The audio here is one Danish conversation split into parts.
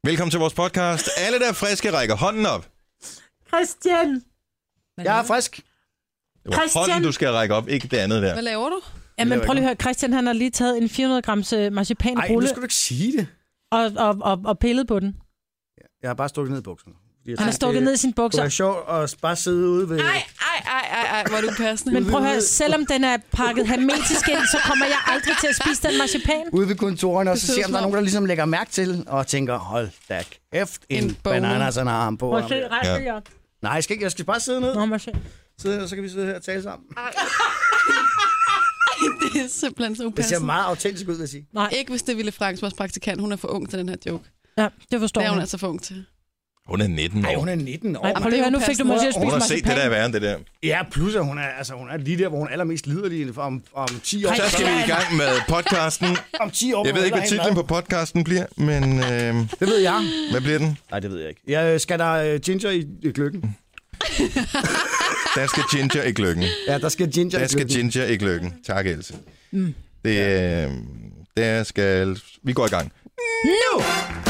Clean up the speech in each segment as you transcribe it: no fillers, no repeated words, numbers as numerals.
Velkommen til vores podcast. Alle, der er friske, rækker hånden op. Christian. Jeg er frisk. Det var hånden, du skal række op, ikke det andet der. Hvad laver du? Jamen prøv lige at høre, Christian han har lige taget en 400 grams marcipanrulle. Nej, nu skal du ikke sige det. Og pillet på den. Jeg har bare stukket ned i bukserne. Han har stukket ned i sine bukser. Det er sjovt at bare sidde ude ved... Ej, hvor er du passende. Men prøv at høre, selvom den er pakket hermetisk ind, så kommer jeg aldrig til at spise den marcipan. Ude ved kontoren, og så ser om der er nogen, der ligesom lægger mærke til, og tænker, hold da kæft, en bananas han har ham på. Prøv at se, rejse jer. Nej, jeg skal bare sidde ned. Nå, må se. Sidde, og så kan vi sidde her og tale sammen. Det er simpelthen så Det upassende. ser meget autentisk ud, vil jeg sige. Nej. Ikke hvis det ville Franks, vores praktikant. Hun er for ung til den her joke. Ja, det forstår Det er hun jeg. altså for ung til. Hun er 19 år. Nej, hun er 19 år. Nej, prøv lige at høre, nu fik du mig til at spise Hun har set det der marcipan. værre end det der. Ja, plus at hun er lige der, hvor hun er allermest liderlig om 10 år. Så skal vi i gang med podcasten. Om 10 år. Jeg ved ikke, hvad titlen på podcasten bliver, men Det ved jeg. hvad bliver den? Nej, det ved jeg ikke. Jeg skal der ginger i gløggen? Der skal ginger i gløggen. Ja, der skal ginger Der i skal gløggen. ginger i gløggen. Tak, Else. Der skal... Vi går i gang. Nu!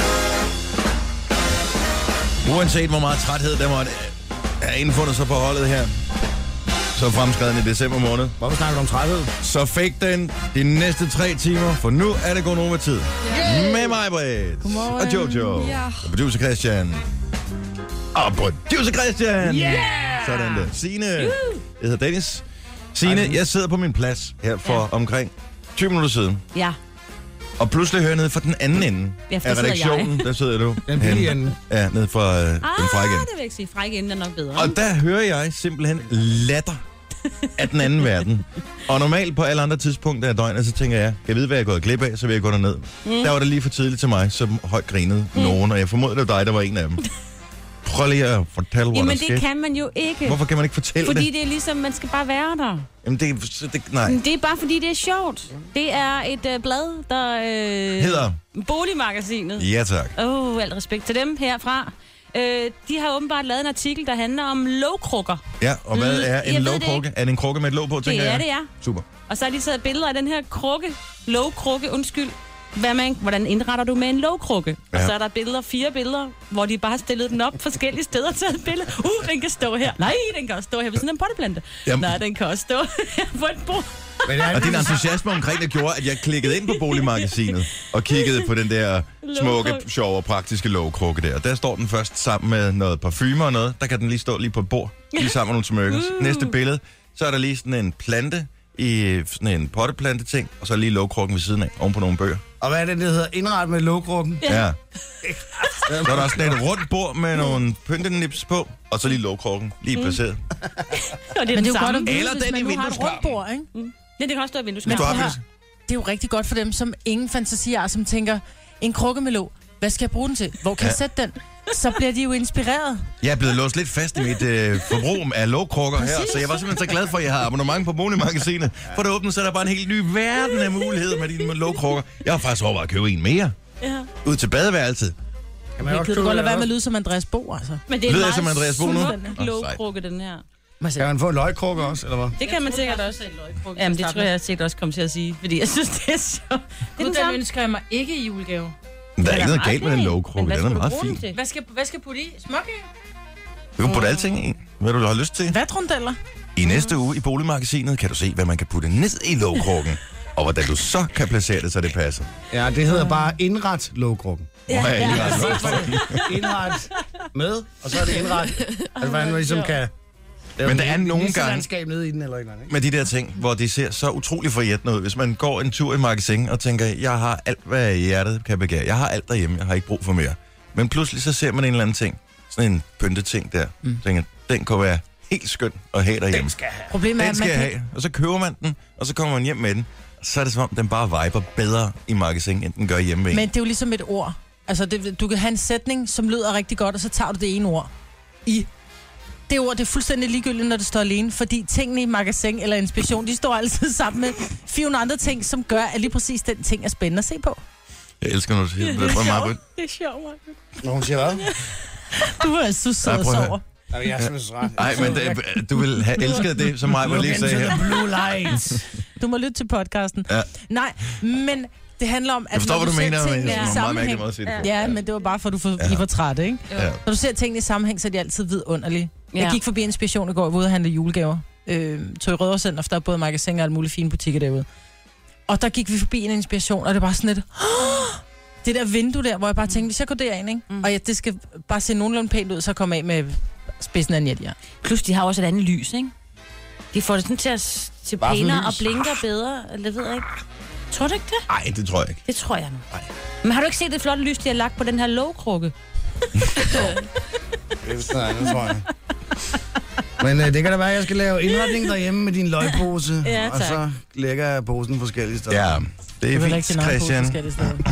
Uanset hvor meget træthed der måtte have indfundet sig på holdet her, så fremskreden i december måned, Hvorfor snakker du om træthed? så fik den de næste 3 timer, for nu er det Gonova-tid. Med mig, Britt. Og Jojo. Ja. Og producer Christian. Og producer Christian. Sådan der. Signe. Jeg hedder Dennis. Signe, jeg sidder på min plads her for omkring 20 minutter siden. Ja. Og pludselig hører jeg nede fra den anden ende Ja, for af der sidder redaktionen. Der sidder du. Den billige ende. Ja, nede fra den frække ende. det vil jeg ikke sige. Frække ende er nok bedre. Og der hører jeg simpelthen latter af den anden verden. Og normalt på alle andre tidspunkter af døgnet, så tænker jeg, kan jeg vide, hvad jeg er gået glip af, så vil jeg gå derned. Der var det lige for tidligt til mig, så højt grinede nogen, og jeg formoder, det var dig, der var en af dem. Prøv lige at fortælle, hvor Jamen der det skete. kan man jo ikke. Hvorfor kan man ikke fortælle Fordi det? det er ligesom, man skal bare være der. Jamen nej. Det er bare fordi, det er sjovt. Det er et blad, der... Hedder? Boligmagasinet. Ja, tak. Alt respekt til dem herfra. De har åbenbart lavet en artikel, der handler om lågkrukker. Ja, og hvad er Jeg en ved lågkrukke? Er det en krukke med et låg på, tænker Det er jeg? det, ja. Super. Og så har de taget billeder af den her lågkrukke, hvordan indretter du med en lågkrukke? Ja. Og så er der 4 billeder, hvor de bare har stillet den op forskellige steder og taget et billede. Den kan stå her. Nej, den kan også stå her ved sådan en potteplante. Jamen. Nej, den kan også stå her på et bord. Og din entusiasme omkring det gjorde, at jeg klikkede ind på Boligmagasinet og kiggede på den der smukke, sjove og praktiske lågkrukke der. Der står den først sammen med noget parfume og noget. Der kan den lige stå lige på et bord, lige sammen med nogle smykker. Næste billede, så er der lige sådan en plante i sådan en potteplante-ting, og så lige lågkrukken ved siden af, oven på nogle bøger. Og hvad er det hedder? Indret med lågkrukken? Ja. Så er der sådan et rundt bord med nogle pyntenips på, og så lige lågkrukken, lige placeret. Og det er Men det den er jo godt samme. at vide, Eller hvis den man i nu har et vindueskarmen. rundt bord, ikke? Ja, det kan også stå i Hvis vindueskarmen. du har det er jo rigtig godt for dem, som ingen fantasi har, som tænker, en krukke med låg, hvad skal jeg bruge den til? Hvor kan jeg sætte den? Så bliver de jo inspireret. Jeg er blevet låst lidt fast i mit forbrug af lågkrukker her, så jeg var simpelthen så glad for, at jeg har abonnement på Boligmagasinet. For det åbner, så er der bare en helt ny verden af muligheder med dine lågkrukker. Jeg har faktisk overvejet at købe en mere. Ja. Ud til badeværelset. Kan man Men også kan du købe godt lade være også? med at lyde som Andreas Bo, altså? Men det er Lyder en jeg som meget Andreas Bo nu? smuk lågkrukke, den her. Kan man få en løgkrukke også, eller hvad? Det kan man sikkert også. Jamen, det tror jeg sikkert også kommer til at sige, fordi jeg synes, det er sjovt. Det er den samme. ønsker jeg mig ikke i julegave. Men der er ikke noget Nej, galt med den men lågkrukke. hvad Den er skulle du meget bruge den fin. til? Hvad skal putte i? Småkage? Du kan putte alting i. Hvad du har lyst til. Vatrondeller? I næste uge i Boligmagasinet kan du se, hvad man kan putte ned i lågkrukken. Og hvordan du så kan placere det, så det passer. Ja, det hedder bare indret lågkrukken. Indret med, og så er det indret. Altså, hvordan man ligesom kan... Men der er nogle gange landskab nede i den, eller ikke? med de der ting, hvor de ser så utrolig forjættende ud. Hvis man går en tur i magasin og tænker, jeg har alt, hvad hjertet kan begære. Jeg har alt derhjemme, jeg har ikke brug for mere. Men pludselig så ser man en eller anden ting. Sådan en pynteting der. Tænker, den kunne være helt skøn at have derhjemme. Problemet er, Den at skal man jeg kan... have. Og så køber man den, og så kommer man hjem med den. Og så er det som om, den bare viber bedre i magasin, end den gør hjemme ved. Men det er jo ligesom et ord. Altså, du kan have en sætning, som lyder rigtig godt, og så tager du det ene ord i. Det ord, det er fuldstændig ligegyldigt, når det står alene, fordi tingene i magasin eller inspiration, de står altid sammen med 400 andre ting, som gør, at lige præcis den ting er spændende at se på. Jeg elsker, når du siger, det er meget. Det er sjovt, Martin. Når hun siger hvad? Du er så sød og prøv at høre. sover. Jeg er simpelthen så ret. Nej, men du vil have elsket det, som mig lige sagde her. Blue lights. Du må lytte til podcasten. Ja. Nej, men Det handler om, at Jeg forstår, hvad du mener, men tingene det er i en meget mærkelig måde at sige det på. Ja, men det var bare for, at I var trætte, ikke? Ja. Når du ser tingene i sammenhæng, så er de altid vidunderlige. Ja. Jeg gik forbi Inspiration i går, hvor jeg handle julegaver. Tog i Rødovre, for der er både magasin og alle mulige fine butikker derude. Og der gik vi forbi en Inspiration, og det var sådan lidt... Det der vindue der, hvor jeg bare tænkte, hvis jeg går derind, ikke? Og det skal bare se nogenlunde pænt ud, så komme af med spidsen af en ja. Plus, de har også et andet lys, ikke? De får det sådan til at se pænere og blinker bedre, eller det ved jeg ikke. Tror du ikke det? Nej, det tror jeg ikke. Det tror jeg nu. Nej. Men har du ikke set det flotte lys, de har lagt på den her lågkrukke? Det tror jeg. Men det kan da være, at jeg skal lave indretning derhjemme med din løgpose. Ja, og så lægger jeg posen forskellige steder. Ja, det er fint, Christian.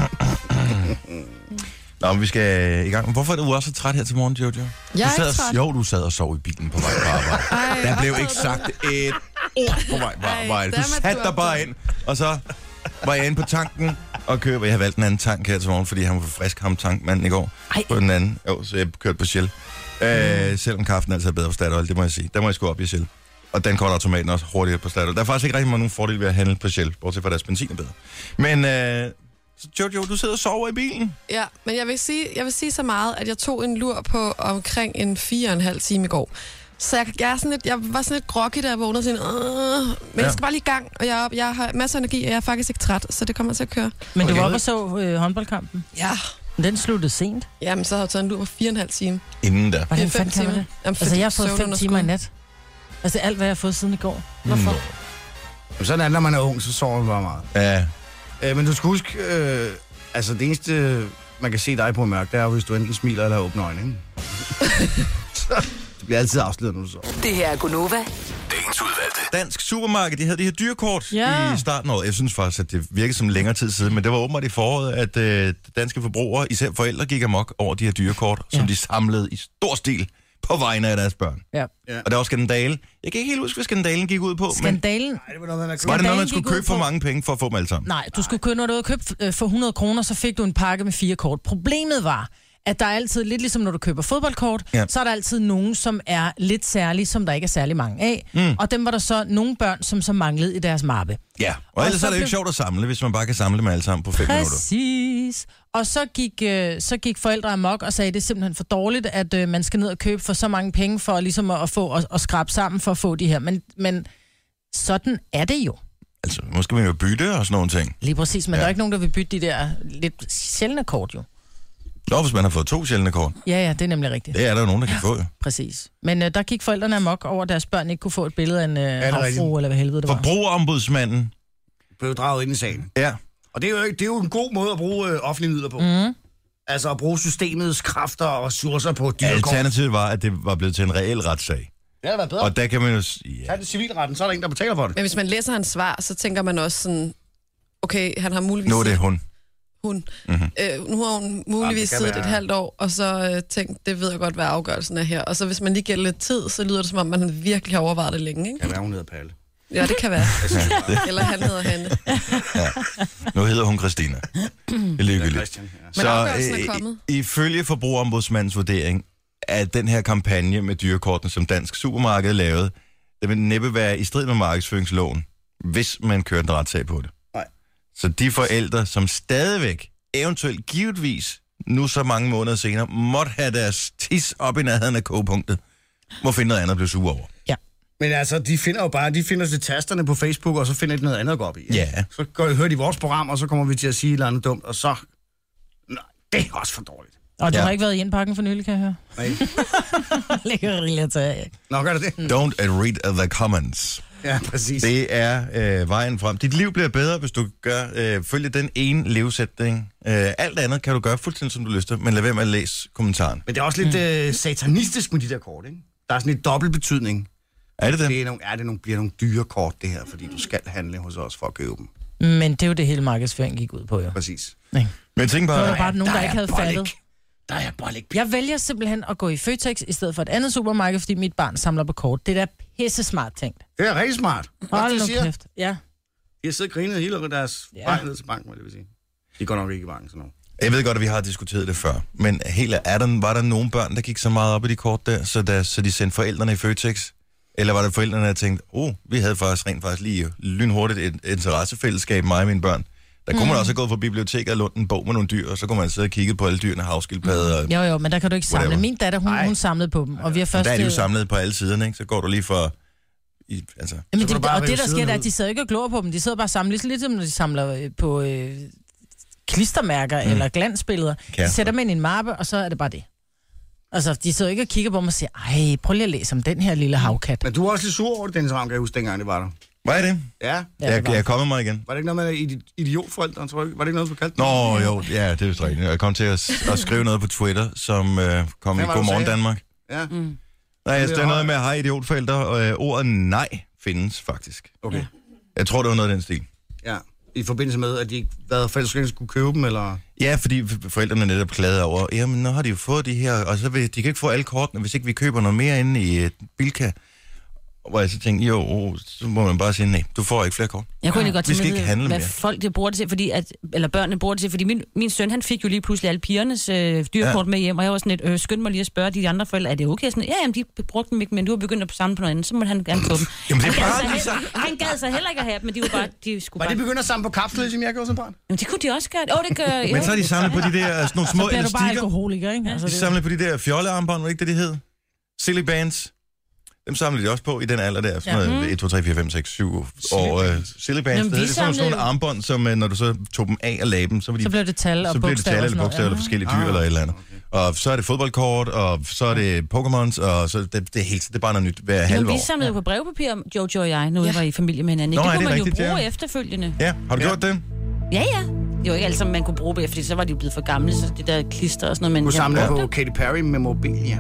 Nå, men vi skal i gang. Hvorfor er du også så træt her til morgen, Jojo? Jeg er ikke træt. Jo, du sad og sov i bilen på vej på arbejde. Der blev ikke sagt et ord på vej på arbejde. Du satte dig bare ind, og så var jeg inde på tanken og købte. Jeg havde valgt en anden tank her til morgen, fordi han var for frisk, ham tankmanden i går. På den anden. Jo, så jeg kørte på Shell. Selvom kaffen altid er bedre på Statoil, det må jeg sige. Der må jeg sgu op i Shell. Og den korter automaten også hurtigere på Statoil. Der er faktisk ikke rigtig nogen fordel ved at handle på Shell, bortset fra deres benzin er bedre. Men Jojo, du sidder og sover i bilen. Ja, men jeg vil sige så meget, at jeg tog en lur på omkring en 4,5 time i går. Så jeg var sådan lidt groggy, da jeg vågnede sådan, men jeg skal bare lige i gang, og jeg har masser af energi, og jeg er faktisk ikke træt, så det kommer til at køre. Men du var oppe og så håndboldkampen? Ja. Den sluttede sent. Jamen, så har jeg taget en lur på 4,5 time. Inden da. Hvordan fanden kan man det? Altså, jeg har fået 5 timer i nat. Altså, det er alt, hvad jeg har fået siden i går. Hvorfor? Sådan er det, når man er ung, så sover man bare meget. Ja. Men du skal huske, altså det eneste, man kan se dig på mørk, det er, hvis du enten smiler eller åbner øjnene, ikke? Det bliver altid afsløret, når du sover. Det her er Gunova. Dagens udvalgte. Dansk Supermarked, de havde de her dyrekort i starten af året. Jeg synes faktisk, at det virkede som længere tid siden, men det var åbenbart i foråret, at danske forbrugere, især forældre, gik amok over de her dyrekort, som de samlede i stor stil på vegne af deres børn. Ja. Og der var skandale. Jeg kan ikke helt huske, hvad skandalen gik ud på. Skandalen? Nej, var det noget, man skulle købe for mange penge for at få dem alle sammen? Nej, du skulle købe, når du havde købt for 100 kroner, så fik du en pakke med 4 kort. Problemet var, at der er altid, lidt ligesom når du køber fodboldkort, så er der altid nogen, som er lidt særlige, som der ikke er særlig mange af. Og dem var der så nogle børn, som så manglede i deres mappe. Ja, og ellers er det jo ikke sjovt at samle, hvis man bare kan samle dem alle sammen på 5 minutter. Præcis. Og så gik forældre amok og sagde, at det er simpelthen for dårligt, at man skal ned og købe for så mange penge for ligesom at få og skrabe sammen for at få de her. Men sådan er det jo. Altså, nu skal man jo bytte og sådan nogle ting. Lige præcis, men der er ikke nogen, der vil bytte de der lidt sjældne kort jo. Nå, hvis man har fået 2 sjældne kort. Ja, det er nemlig rigtigt. Det er der jo nogen, der kan få, jo. Præcis. Men der gik forældrene amok over, at deres børn ikke kunne få et billede af en havfrue, eller hvad helvede det var. Forbrugerombudsmanden blev draget ind i sagen. Ja. Og det er jo en god måde at bruge offentlige midler på. Altså at bruge systemets kræfter og ressourcer på dyrekort. Alternativet var, at det var blevet til en reel retssag. Det havde været bedre. Og der kan man jo... Ja. Det civilretten, så er der ingen, der betaler for det. Men hvis man læser hans svar, så tænker man også sådan, okay, han har muligvis... Nu er det hun. Nu har hun muligvis siddet et halvt år, og så tænkt, det ved jeg godt, hvad afgørelsen er her. Og så hvis man lige giver lidt tid, så lyder det som om, man virkelig har overvejet det længe, ikke? Kan være, hun hedder Palle. Ja, det kan være. Eller han hedder Hanne. Ja. Nu hedder hun Christina. Det er ligegyldigt. Men afgørelsen er kommet. Ifølge Forbrugerombudsmandens vurdering, at den her kampagne med dyrekortene, som Dansk Supermarked lavede, det vil næppe være i strid med markedsføringsloven, hvis man kører en retssag på det. Nej. Så de forældre, som stadigvæk, eventuelt givetvis, nu så mange måneder senere, måtte have deres tis op i nærheden af kogepunktet, må finde noget andet at blive sure over. Ja. Men altså, de finder til tasterne på Facebook, og så finder de noget andet at gå op i. Ja. Så hører de vores program, og så kommer vi til at sige et eller andet dumt, og så... Nej, det er også for dårligt. Og du har ikke været i indpakken for nylig, kan jeg høre? Nej. Ligger rigeligt at tage af. Nå, gør det det? Don't read the comments. Ja, præcis. Det er vejen frem. Dit liv bliver bedre, hvis du følger den ene livssætning. Alt andet kan du gøre fuldstændig, som du lyst til, men lad være med at læse kommentaren. Men det er også lidt satanistisk med de der kort, ikke? Der er sådan en dobbelt betydning. Er det det? Bliver nogle dyre kort, det her, fordi du skal handle hos os for at købe dem. Men det er jo det hele markedsføring gik ud på, jo. Præcis. Nej. Men tænk bare... Der var bare nogen, der ikke havde fattet. Der er bare ikke. Jeg vælger simpelthen at gå i Føtex i stedet for et andet supermarked, fordi mit barn samler på kort. Det er da pisse smart tænkt. Det er rigtig smart. Hold nu kæft. Ja. De har siddet og grinet hele deres vej ned til banken, det vil sige. De går nok ikke i banken sådan noget. Jeg ved godt, at vi har diskuteret det før, men var der nogle børn, der gik så meget op i de kort der, så de sendte forældrene i Føtex? Eller var det forældrene, der tænkte, vi havde rent faktisk lige lynhurtigt et interessefællesskab, mig og mine børn. Der kunne man også have gået på biblioteket og lånt en bog med nogle dyr, og så kunne man sidde og kigge på alle dyrene, havskildpadder. Jo, men der kan du ikke samle. Whatever. Min datter, hun samlede på dem, og vi har først... Der er de jo samlet på alle siderne, ikke? Så går du lige for... Altså. Jamen, det der sker, er, at de sidder ikke og glor på dem. De sidder bare og samler lidt, som når de samler på klistermærker eller glansbilleder. De sætter dem ind i en mappe, og så er det bare det. Altså, de sidder ikke og kigger på dem og siger, ej, prøv lige at læse om den her lille havkat. Men du var også lidt sur over det, Dennis Ravn, kan jeg huske, dengang det var der. Hvad er det? Ja. Jeg er kommet mig igen. Var det ikke noget med idiotforældre, tror jeg? Var det ikke noget, du kaldte? Nå, jo, ja, det er jo rigtigt. Jeg kom til at skrive noget på Twitter, som kom i Godmorgen Danmark. Ja. Nej, det er noget med at have idiotforældre. Ordet nej findes faktisk. Okay. Jeg tror, det var noget af den stil. Ja, i forbindelse med, at de ikke forældre skulle købe dem, eller... Ja, fordi forældrene netop klagede over, jamen, nu har de jo fået de her, og så vil de kan ikke få alle kortene, hvis ikke vi køber noget mere inde i Bilka. Hvor jeg så tænkte, så må man bare sige, nej, du får ikke flere kort. Jeg kunne egentlig godt tænke mig, hvad folk det bruger det til, fordi eller børnene bruger det til, fordi min søn, han fik jo lige pludselig alle pigernes dyrkort med hjem, og jeg var sådan lidt, skynd mig lige at spørge de andre forældre, er det okay? Sådan, ja, jamen, de brugte dem ikke, men du har begyndt at samle på noget andet, så må han gerne få dem. Jamen, det han gad så heller ikke at have dem, men de var bare, de skulle bare... Var de begyndt at samle på kapsler, som jeg gjorde som barn? Jamen, det kunne de også gøre. Det gør... Men så har de samlet på de der sådan nogle små elastikker. Så bliver du bare alkoholiker, ikke? Altså, de samlede på de der fjollearmbånd, var det ikke det, de hed? Silly bands. Dem samlede de også på i den alder der, sådan noget 1, 2, 3, 4, 5, 6, 7 år. Silly bands, det er sådan nogle armbånd, som når du så tog dem af og lagde dem, så blev det tal og bogstaver eller forskellige dyr eller et eller andet. Okay. Og så er det fodboldkort, og så er det Pokémons, og så det er bare noget nyt hver halve år. Vi samlede jo på brevpapir, Jojo og jeg, når vi var i familie med hinanden. Det kunne man jo bruge efterfølgende. Ja, har du gjort det? Ja. Det var ikke alt, som man kunne bruge det, fordi så var de jo blevet for gamle, så det der klister og sådan noget. Du samlede på Katy Perry med mobil, ja.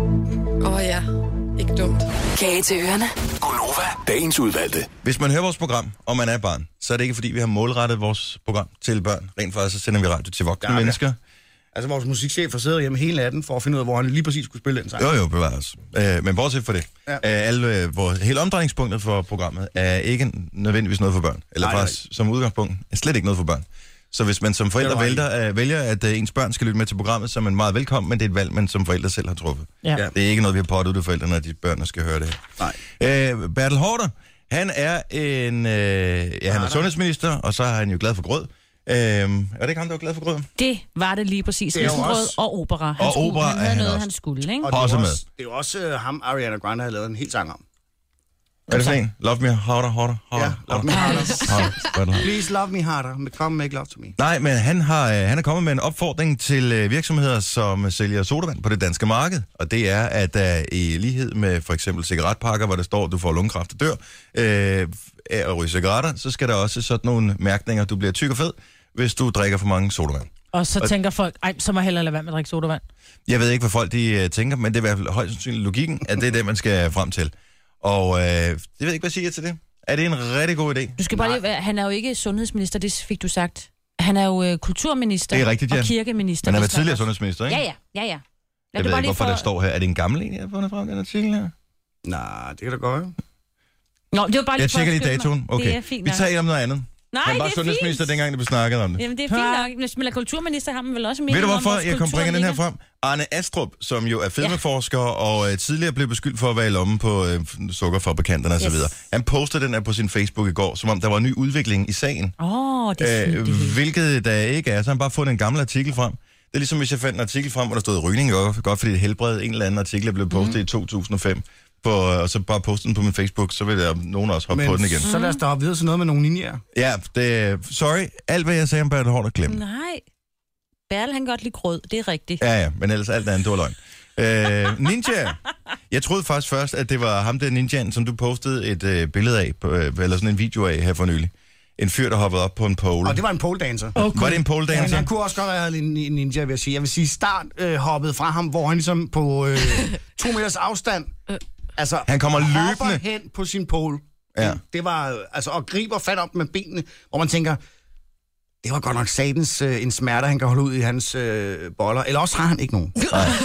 Ja. Ikke dumt. Kage til ørerne. Gunova, dagens udvalgte. Hvis man hører vores program, og man er barn, så er det ikke fordi, vi har målrettet vores program til børn. Rent faktisk så sender vi radio til voksne mennesker. Altså vores musikchef har siddet hjemme hele natten for at finde ud af, hvor han lige præcis skulle spille den sang. Jo, bevares. Men bortset for det. Ja. Hele omdrejningspunktet for programmet er ikke nødvendigvis noget for børn. Eller faktisk som udgangspunkt er slet ikke noget for børn. Så hvis man som forældre vælger, at ens børn skal lytte med til programmet, så er man meget velkommen, men det er et valg, man som forældre selv har truffet. Ja. Det er ikke noget, vi har påduttet forældrene, at de børn skal høre det her. Nej. Bertel Haarder, han er han er sundhedsminister, og så er han jo glad for grød. Er det ikke ham, der var glad for grød? Det var det lige præcis. Risengrød og opera. Han havde noget, han skulle, ikke? Og det er jo også ham, Ariana Grande, har lavet en helt sang om. Hvad er det for en? Love me harder. Ja, love me harder. Please love me harder. Come make love to me. Nej, men han er kommet med en opfordring til virksomheder, som sælger sodavand på det danske marked. Og det er, at i lighed med for eksempel cigaretpakker, hvor der står, at du får lungekræft og dør af at ryge cigaretter, så skal der også sådan nogle mærkninger, du bliver tyk og fed, hvis du drikker for mange sodavand. Og så tænker folk, så må jeg hellere lade være med at drikke sodavand. Jeg ved ikke, hvad folk de tænker, men det er i hvert fald højst sandsynligt logikken, at det er det, man skal frem til. Og jeg ved ikke, hvad siger jeg til det? Er det en rigtig god idé? Du skal bare lige være, han er jo ikke sundhedsminister, det fik du sagt. Han er jo kulturminister det er rigtigt, og kirkeminister. Han har været tidligere sundhedsminister, ikke? Ja. Jeg ved ikke, hvorfor der står her. Er det en gammel en, jeg har fundet frem, den artikel her? Nej, det kan da godt. Nå, det var bare lige jeg tjekker lige datoen. Okay. Det er fint nok. Vi taler om noget andet. Nej, han var sundhedsminister, dengang det blev snakket om det. Jamen, det er fint nok. Hvis man er kulturminister, har man vel også mere. Ved du hvorfor jeg kom bringe den her frem? Arne Astrup, som jo er fedmeforsker og tidligere blev beskyldt for at være i lommen på sukkerfabrikanterne og så videre. Han postede den her på sin Facebook i går, som om der var en ny udvikling i sagen. Det er fint, hvilket der ikke er. Så han bare fundet en gammel artikel frem. Det er ligesom, hvis jeg fandt en artikel frem, hvor der stod rygning, godt fordi det helbred. En eller anden artikel er blevet postet i 2005. Og så bare poste den på min Facebook, så vil nogen også hoppe på den igen. Så lad os da hoppe videre til noget med nogle ninjaer. Ja, sorry. Alt, hvad jeg sagde om Bertel Haarder, glem. Nej. Bertel, han godt lide grød. Det er rigtigt. Ja, men ellers alt andet, det var løgn. Ninja. Jeg troede faktisk først, at det var ham der ninjaen, som du postede et billede af, eller sådan en video af her for nylig. En fyr, der hoppede op på en pole. Og det var en pole dancer. Okay. Var det en pole dancer? Ja, han kunne også godt have en ninja, vil jeg sige. Jeg vil sige, start hoppede fra ham, hvor han ligesom på 2 meters afstand... Altså, han kommer løbende hen på sin pole. Ja. Det var, altså, og griber fat op med benene, hvor man tænker, det var godt nok satans en smerte, han kan holde ud i hans boller. Eller også har han ikke nogen.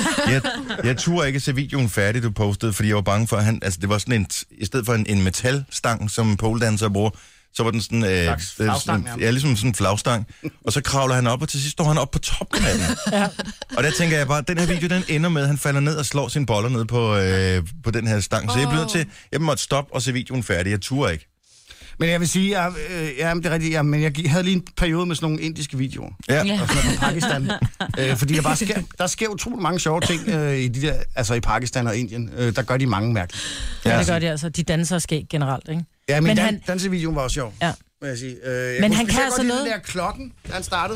Jeg turde ikke se videoen færdig, du postede, fordi jeg var bange for, at det var sådan i stedet for en metalstang, som poledancer bruger, så var den sådan, ligesom sådan en flagstang. Og så kravler han op, og til sidst står han op på toppen af den. Ja. Og der tænker jeg bare, den her video, den ender med, at han falder ned og slår sine boller ned på den her stang. Så jeg blev nødt til, jeg måtte stoppe og se videoen færdig. Jeg turde ikke. Men jeg vil sige, det er rigtigt, men jeg havde lige en periode med sådan nogle indiske videoer. Ja. Og sådan noget fra Pakistan. Fordi der sker utrolig mange sjove ting i de der, altså i Pakistan og Indien. Der gør de mange mærkeligt. Ja, det gør de altså. De danser og skæg generelt, ikke? Ja, men dansevideoen var også sjov, ja. må jeg sige. Men han kan altså noget... den der klokken, da han startede.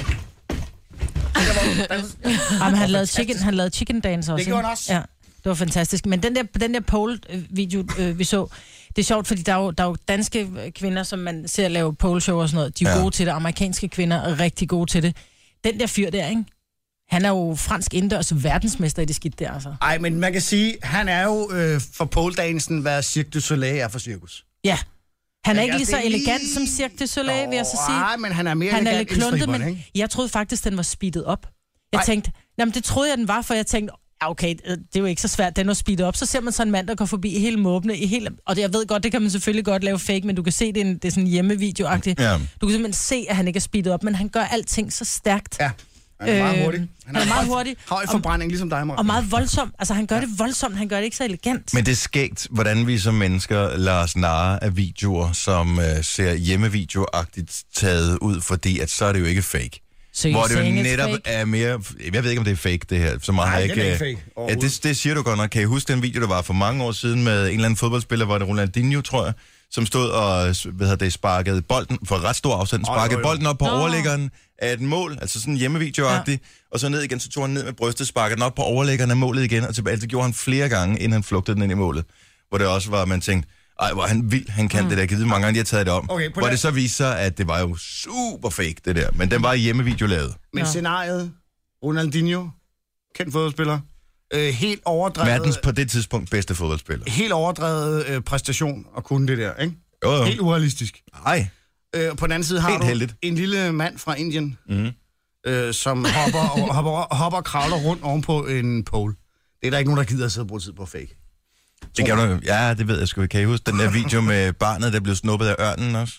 Jamen, han lavede chicken dance også. Det gjorde han også. Ja, det var fantastisk. Men den der pole-video, vi så, det er sjovt, fordi der er jo danske kvinder, som man ser lave pole-show og sådan noget. De er gode til det. Amerikanske kvinder er rigtig gode til det. Den der fyr der, ikke? Han er jo fransk indendørs verdensmester i det skidt der, altså. Ej, men man kan sige, han er jo for pole-dansen, hvad Cirque du Soleil er for cirkus. Ja. Han er ikke lige så elegant som Cirque du Soleil, vil jeg så sige. Nej, men han er mere han elegant end striberne, men ikke? jeg troede faktisk, den var speedet op. Jeg tænkte, jamen det troede jeg, den var, for jeg tænkte, okay, det er jo ikke så svært, den er speedet op. Så ser man så en mand, der går forbi hele måbne, og jeg ved godt, det kan man selvfølgelig godt lave fake, men du kan se, det er sådan hjemmevideo-agtigt. Ja. Du kan simpelthen se, at han ikke er speedet op, men han gør alting så stærkt. Ja. Han er meget hurtig. Han er meget hurtig. Høj forbrænding, ligesom dig, Marie. Og meget voldsom. Altså, han gør det voldsomt, han gør det ikke så elegant. Men det er skægt, hvordan vi som mennesker lader os narre af videoer, som ser hjemmevideo-agtigt taget ud, fordi at så er det jo ikke fake. Hvor det jo netop er mere... Jeg ved ikke, om det er fake, det her. Så meget. Nej, ikke, det er ikke fake. Ja, det siger du godt nok. Kan I huske den video, der var for mange år siden med en eller anden fodboldspiller, hvor det Ronaldinho, tror jeg, som stod og sparkede bolden for ret stor afstand, sparkede bolden op på overliggeren af et mål, altså sådan hjemmevideo-agtigt, og så ned igen, så tog han ned med brystet, sparkede den op på overliggeren af målet igen, og tilbage. Det gjorde han flere gange, inden han flugtede den ind i målet. Hvor det også var, man tænkte, ej, hvor han vild, han kan det der. Givet mange gange, de har taget det om. Okay, hvor det så viser sig, at det var jo super fake, det der. Men den var hjemmevideo lavet. Men scenariet, Ronaldinho, kendt fodboldspiller, helt overdrevet... Verdens på det tidspunkt bedste fodboldspiller. Helt overdrevet præstation at kunne det der, ikke? Jo. Helt urealistisk. Nej. På den anden side har du en lille mand fra Indien, som hopper og kravler rundt ovenpå en pole. Det er der ikke nogen, der gider at sidde og bruge tid på fake. Det kan du, ja, det ved jeg sgu. Kan I huske den der video med barnet, der blev snuppet af ørnen også?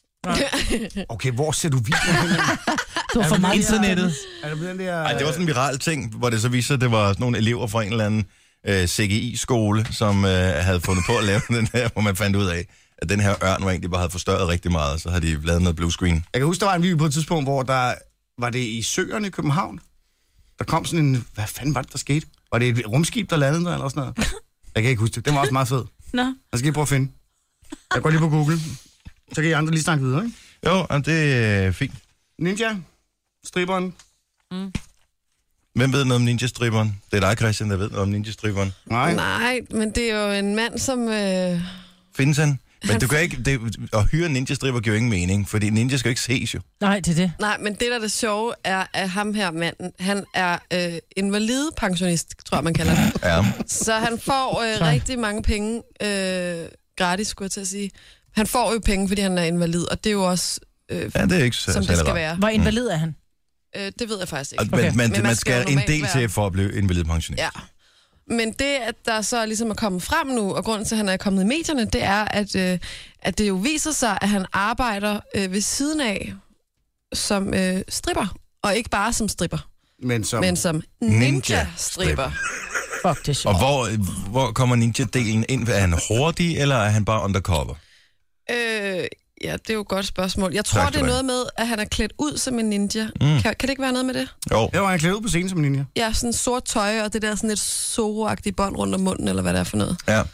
Okay, hvor ser du videoen? Du har for meget internettet. Er det den der... Ej, det var sådan en viral ting, hvor det så viser, at det var sådan nogle elever fra en eller anden CGI-skole, som havde fundet på at lave den her, hvor man fandt ud af, at den her ørn var egentlig bare havde forstørret rigtig meget, så havde de lavet noget blue screen. Jeg kan huske, der var en video på et tidspunkt, hvor der var det i Søerne i København. Der kom sådan en... Hvad fanden var det, der skete? Var det et rumskib, der landede der, eller sådan noget? Jeg kan ikke huske det. Den var også meget fed. Nå. Jeg skal lige prøve at finde. Jeg går lige på Google. Så kan I andre lige snakke videre, ikke? Jo, det er fint. Ninja. Striberen. Hvem ved noget om ninja-striberen? Det er dig, Christian, der ved noget om ninja-striberen. Nej, men det er jo en mand, som... Findes han? Men du kan ikke... at hyre en ninja-striber giver jo ingen mening, fordi ninja skal jo ikke ses jo. Nej, det er det. Nej, men det, der er det sjove, er, at ham her manden, han er invalidepensionist, tror jeg, man kalder det. Ja. Så han får rigtig mange penge gratis, skulle jeg til at sige. Han får jo penge, fordi han er invalid, og det er jo også... ja, det er ikke som det skal være. Hvor invalid er han? Det ved jeg faktisk ikke. Okay. Men man skal en del til for at blive invalidpensionist. Ja. Men det, at der så ligesom er kommet frem nu, og grunden til, at han er kommet i medierne, det er, at det jo viser sig, at han arbejder ved siden af som stripper, og ikke bare som stripper, men som ninja-stripper. Fuck, det er sjovt. Og hvor kommer ninja-delen ind? Er han hurtig, eller er han bare undercover? Ja, det er jo et godt spørgsmål. Jeg tror, det er noget med, at han er klædt ud som en ninja. Kan det ikke være noget med det? Jo. Ja, han er klædt ud på scenen som en ninja. Ja, sådan sort tøj, og det der sådan et Zorro-agtige bånd rundt om munden, eller hvad det er for noget. Ja.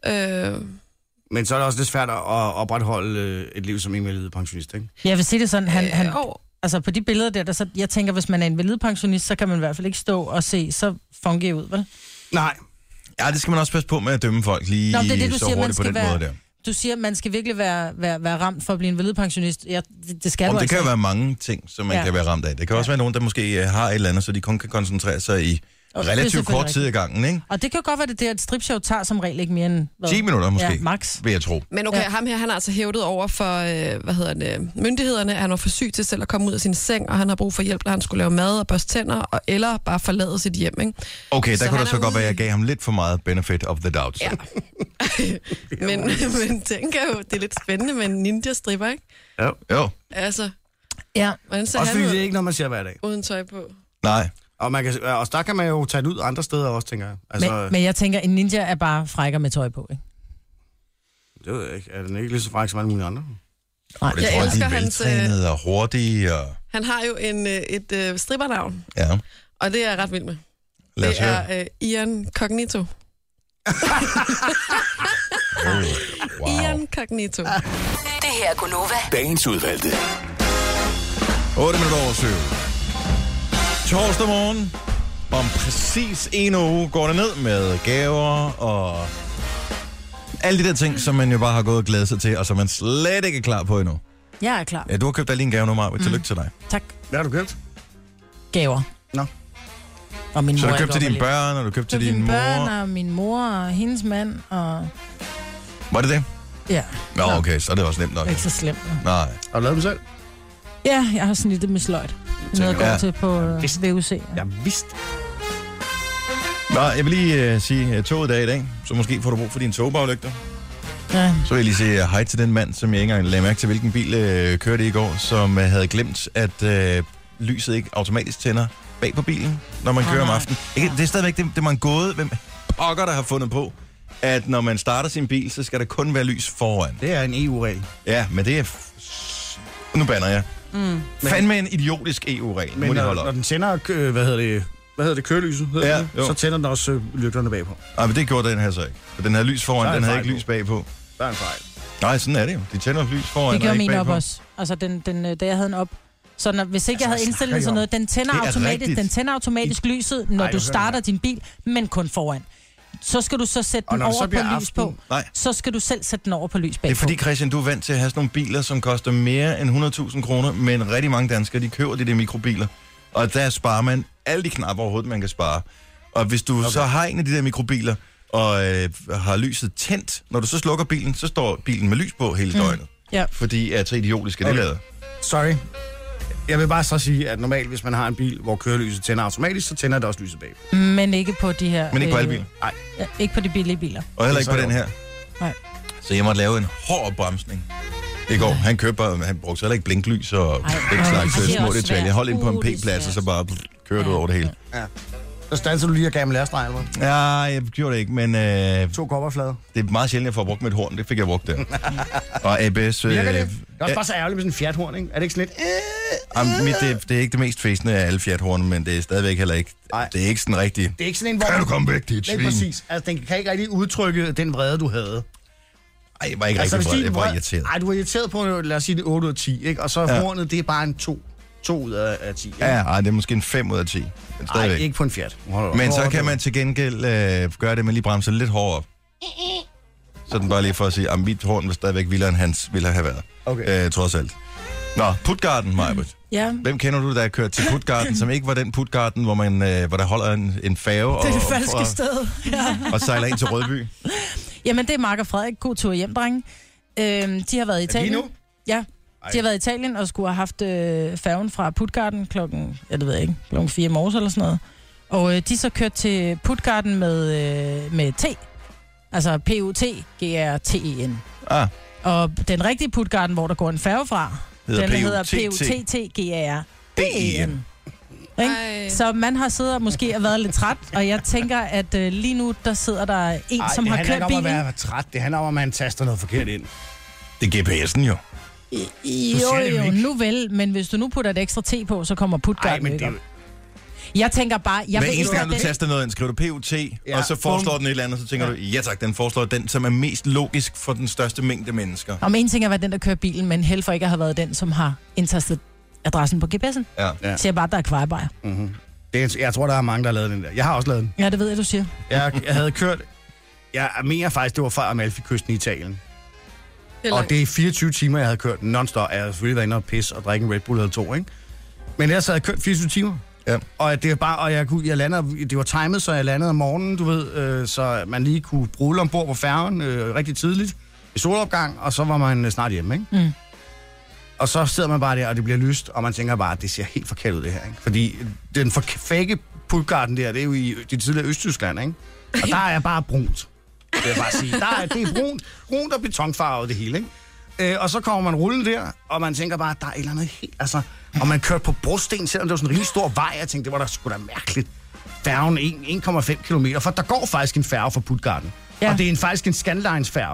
Men så er det også lidt svært at opretholde et liv som invalidepensionist, ikke? Jeg vil sige det sådan, altså på de billeder der så, jeg tænker, hvis man er invalidepensionist, så kan man i hvert fald ikke stå og se så funky ud, vel? Nej. Ja, det skal man også passe på med at dømme folk lige så hurtigt på den måde der. Du siger, at man skal virkelig være ramt for at blive en invalidpensionist. Ja, det skal du det kan jo være mange ting, som man kan være ramt af. Det kan også være nogen, der måske har et eller andet, så de kun kan koncentrere sig i relativt kort tid i gangen, ikke? Og det kan jo godt være, det der, at stripshow tager som regel ikke mere end... 10 minutter måske, max. Vil jeg tro. Men okay, ham her, han er altså hævdet over for, myndighederne. Han var for syg til selv at komme ud af sin seng, og han har brug for hjælp, når han skulle lave mad og børste tænder, eller bare forlade sit hjem, ikke? Okay, der kunne det så godt være, at jeg gav ham lidt for meget benefit of the doubt. Så. Ja. men tænker jo, det er lidt spændende med en ninja-stripper, ikke? Jo. Altså, ja. Også fordi det er ikke noget, man ser hver dag. Uden tøj på. Nej. Og der kan man jo tage det ud andre steder også, tænker jeg. Altså... Men jeg tænker, en ninja er bare frækker med tøj på, ikke? Det ved jeg ikke. Er den ikke lige så fræk som alle mulige andre? Nej. Det Jeg tror jeg, de elsker er hans, veltrænede og hurtige. Og... Han har jo et strippernavn, Ja, og det er jeg ret vild med. lad os Det høre. er Ian Cognito. Wow. Ian Cognito. Det her er Gunova. Dagens udvalgte. 8 minutter over 7. Torsdag morgen. Om præcis en uge går det ned med gaver og alle de der ting, som man jo bare har gået og glædet sig til, og som man slet ikke er klar på endnu. Jeg er klar. Ja, du har købt dig lige en gave nu, Maja. Tillykke til dig. Tak. Hvad har du købt? Gaver. Nå. Og min Så mor du er købte til dine overlevet. børn, og du købte Så til din mine mor. børn og min mor og hendes mand og... Var det det? Ja, Nå, okay, så er det også nemt nok. det er ikke så slemt. Nej. Har du lavet dem selv? Ja, jeg har snittet med sløjt. Noget at gå Ja. til på VUC. Ja. Jeg vidste. Nå, jeg vil lige sige toget i dag, så måske får du brug for dine togbaglygter. Ja. Så vil jeg lige sige hej til den mand, som jeg ikke engang lagde mærke til, hvilken bil kørte i går, som havde glemt, at lyset ikke automatisk tænder bag på bilen, når man kører om aftenen. Ikke, det er stadigvæk det man gået. Hvem pokker, der har fundet på, at når man starter sin bil, så skal der kun være lys foran. Det er en EU-regel. Ja, men det er... Nu bander jeg. Fandme en idiotisk EU-regel. Men når den tænder, hvad hedder det, kørelyset, Ja, det? jo. Så tænder den også lygterne bagpå. Nej, men det gjorde den her så ikke. For den havde lys Der foran, er den en havde fejl ikke på. lys bagpå. Der er en fejl. Nej, sådan er det jo. De tænder lys foran, Det gjorde og min ikke op bagpå. også. Altså, da jeg havde den op. Så når, hvis ikke jeg havde hvad indstillet snakker sådan I noget, den tænder Det er automatisk, rigtigt. den tænder automatisk lyset, når Ej, du hør starter her. din bil, men kun foran. Så skal du så sætte Og den når det over så bliver på lys på. aften- Nej. Så skal du selv sætte den over på lys bagpå. Det er fordi, Christian, du er vant til at have sådan nogle biler, som koster mere end 100.000 kroner, men rigtig mange danskere, de køber de der mikrobiler. Og der sparer man alle de knapper overhovedet, man kan spare. Og hvis du så har en af de der mikrobiler, og har lyset tændt, når du så slukker bilen, så står bilen med lys på hele døgnet. Ja. Fordi at så idiotisk er det lavet. Sorry. Jeg vil bare så sige, at normalt, hvis man har en bil, hvor kørelyset tænder automatisk, så tænder det også lyset bag. Men ikke på de her... Men ikke på alle biler. Nej. Ja, ikke på de billige biler. Og heller ikke på Så er den det her. Nej. Så jeg måtte lave en hård opbremsning i går. Han brugte så heller ikke blinklys og Ej. den slags Ej, det er små også detaljer. svært. Hold ind på en Det er P-plads, og så svært. bare kører du over det hele. Ja. Så standser du lige og gav mig lærestreg, eller hvad? Ja, jeg gjorde det ikke, men det 2 kopperflade. er meget sjældent, jeg får brugt mit horn. Det fik jeg brugt der. Og ABS... Virker det? Det er også bare så ærgerligt med sådan en Fiat-horn, ikke? Er det ikke sådan lidt... det er ikke det mest fæsende af alle Fiat-hornene, men det er stadigvæk heller ikke... Nej. Det er ikke sådan rigtigt. Det er ikke sådan en, hvor... Kan du komme væk, dit Det er svin? præcis. Altså, den kan ikke rigtig udtrykke den vrede, du havde. Ej, jeg var ikke rigtig vred. Jeg var irriteret. Nej, du var irriteret på, lad os sige det 8 ud af 10, ikke? Og så hornet, det er bare en 2 ud af 10. Ikke? Ja, det er måske en 5 ud af 10. Men Nej, stadigvæk. ikke på en Fiat. Men så kan man til gengæld gøre det, man lige bremser lidt hårdere op. Sådan bare lige for at sige, at mit horn var stadigvæk vildere, end hans ville have været. Okay. Trods alt. Nå, Puttgarden, Majbert. Ja. Hvem kender du, der er kørt til Puttgarden, som ikke var den Puttgarden, hvor der holder en færge Det er det falske sted. Ja. og sejler ind til Rødby? Jamen, det er Mark og Frederik. God tur hjem, drenge. De har været i Italien. nu? Ja, de har været i Italien og skulle have haft færgen fra Puttgarden klokken 4 i morges eller sådan noget. Og de så kørt til Puttgarden med T. Altså P-U-T-G-R-T-E-N. Ah, Og den rigtige Puttgarden, hvor der går en færge fra, den hedder P-U-T-T-G-R-D-E-N. P-U-T-T-G-R. Så man har siddet og måske været lidt træt, og jeg tænker, at lige nu, der sidder der en, som har kørt Det handler ikke om bilen. at være træt. Det handler om, at man taster noget forkert ind. det er GPS'en jo. siger det jo Jo, ikke. nu vel, men hvis du nu putter et ekstra T på, så kommer Nej, Puttgarden men ikke det op. Jeg tænker bare, jeg Hver ved eneste ikke, gang du at den... taster noget ind, skriver du PUT, Ja, og så foreslår den et eller andet, så tænker du, ja tak, den foreslår den, som er mest logisk for den største mængde mennesker. Om en ting er, hvad den, der kører bilen, men held for ikke at have været den, som har indtastet adressen på GPS'en. Ja. Ja. Siger bare, at der er kvejebajer. Jeg tror, der er mange, der har lavet den der. Jeg har også lavet den. Ja, det ved jeg, du siger. Jeg havde kørt... Jeg mener faktisk, det var fra Amalfi-kysten i Italien. Og det er 24 timer, jeg havde kørt non-stop. Jeg havde selvfølgelig været inde og pisse og drikke en Red Bull eller 2, ikke? Men ellers havde jeg kørt 24 timer. Ja. Og det var bare, og jeg landede, det var timet, så jeg landede om morgenen, du ved, så man lige kunne bruge ombord på færgen rigtig tidligt i solopgang, og så var man snart hjemme, ikke? Mm. Og så sidder man bare der, og det bliver lyst, og man tænker bare, at det ser helt forkert ud, det her, ikke? Fordi den fake Puttgarden der, det er jo i det tidligere Østtyskland, ikke? Og der er bare brunt. Det vil jeg bare sige. Det er brunt og betonfarvet det hele, ikke? Og så kommer man rullende der, og man tænker bare, der er et eller andet helt... Altså, og man kørte på brosten, selvom det var sådan en rigtig stor vej. Jeg tænkte, det var da sgu da mærkeligt. Færgen 1,5 kilometer, for der går faktisk en færge fra Puttgarden. Ja. Og det er faktisk en Scandlines færge.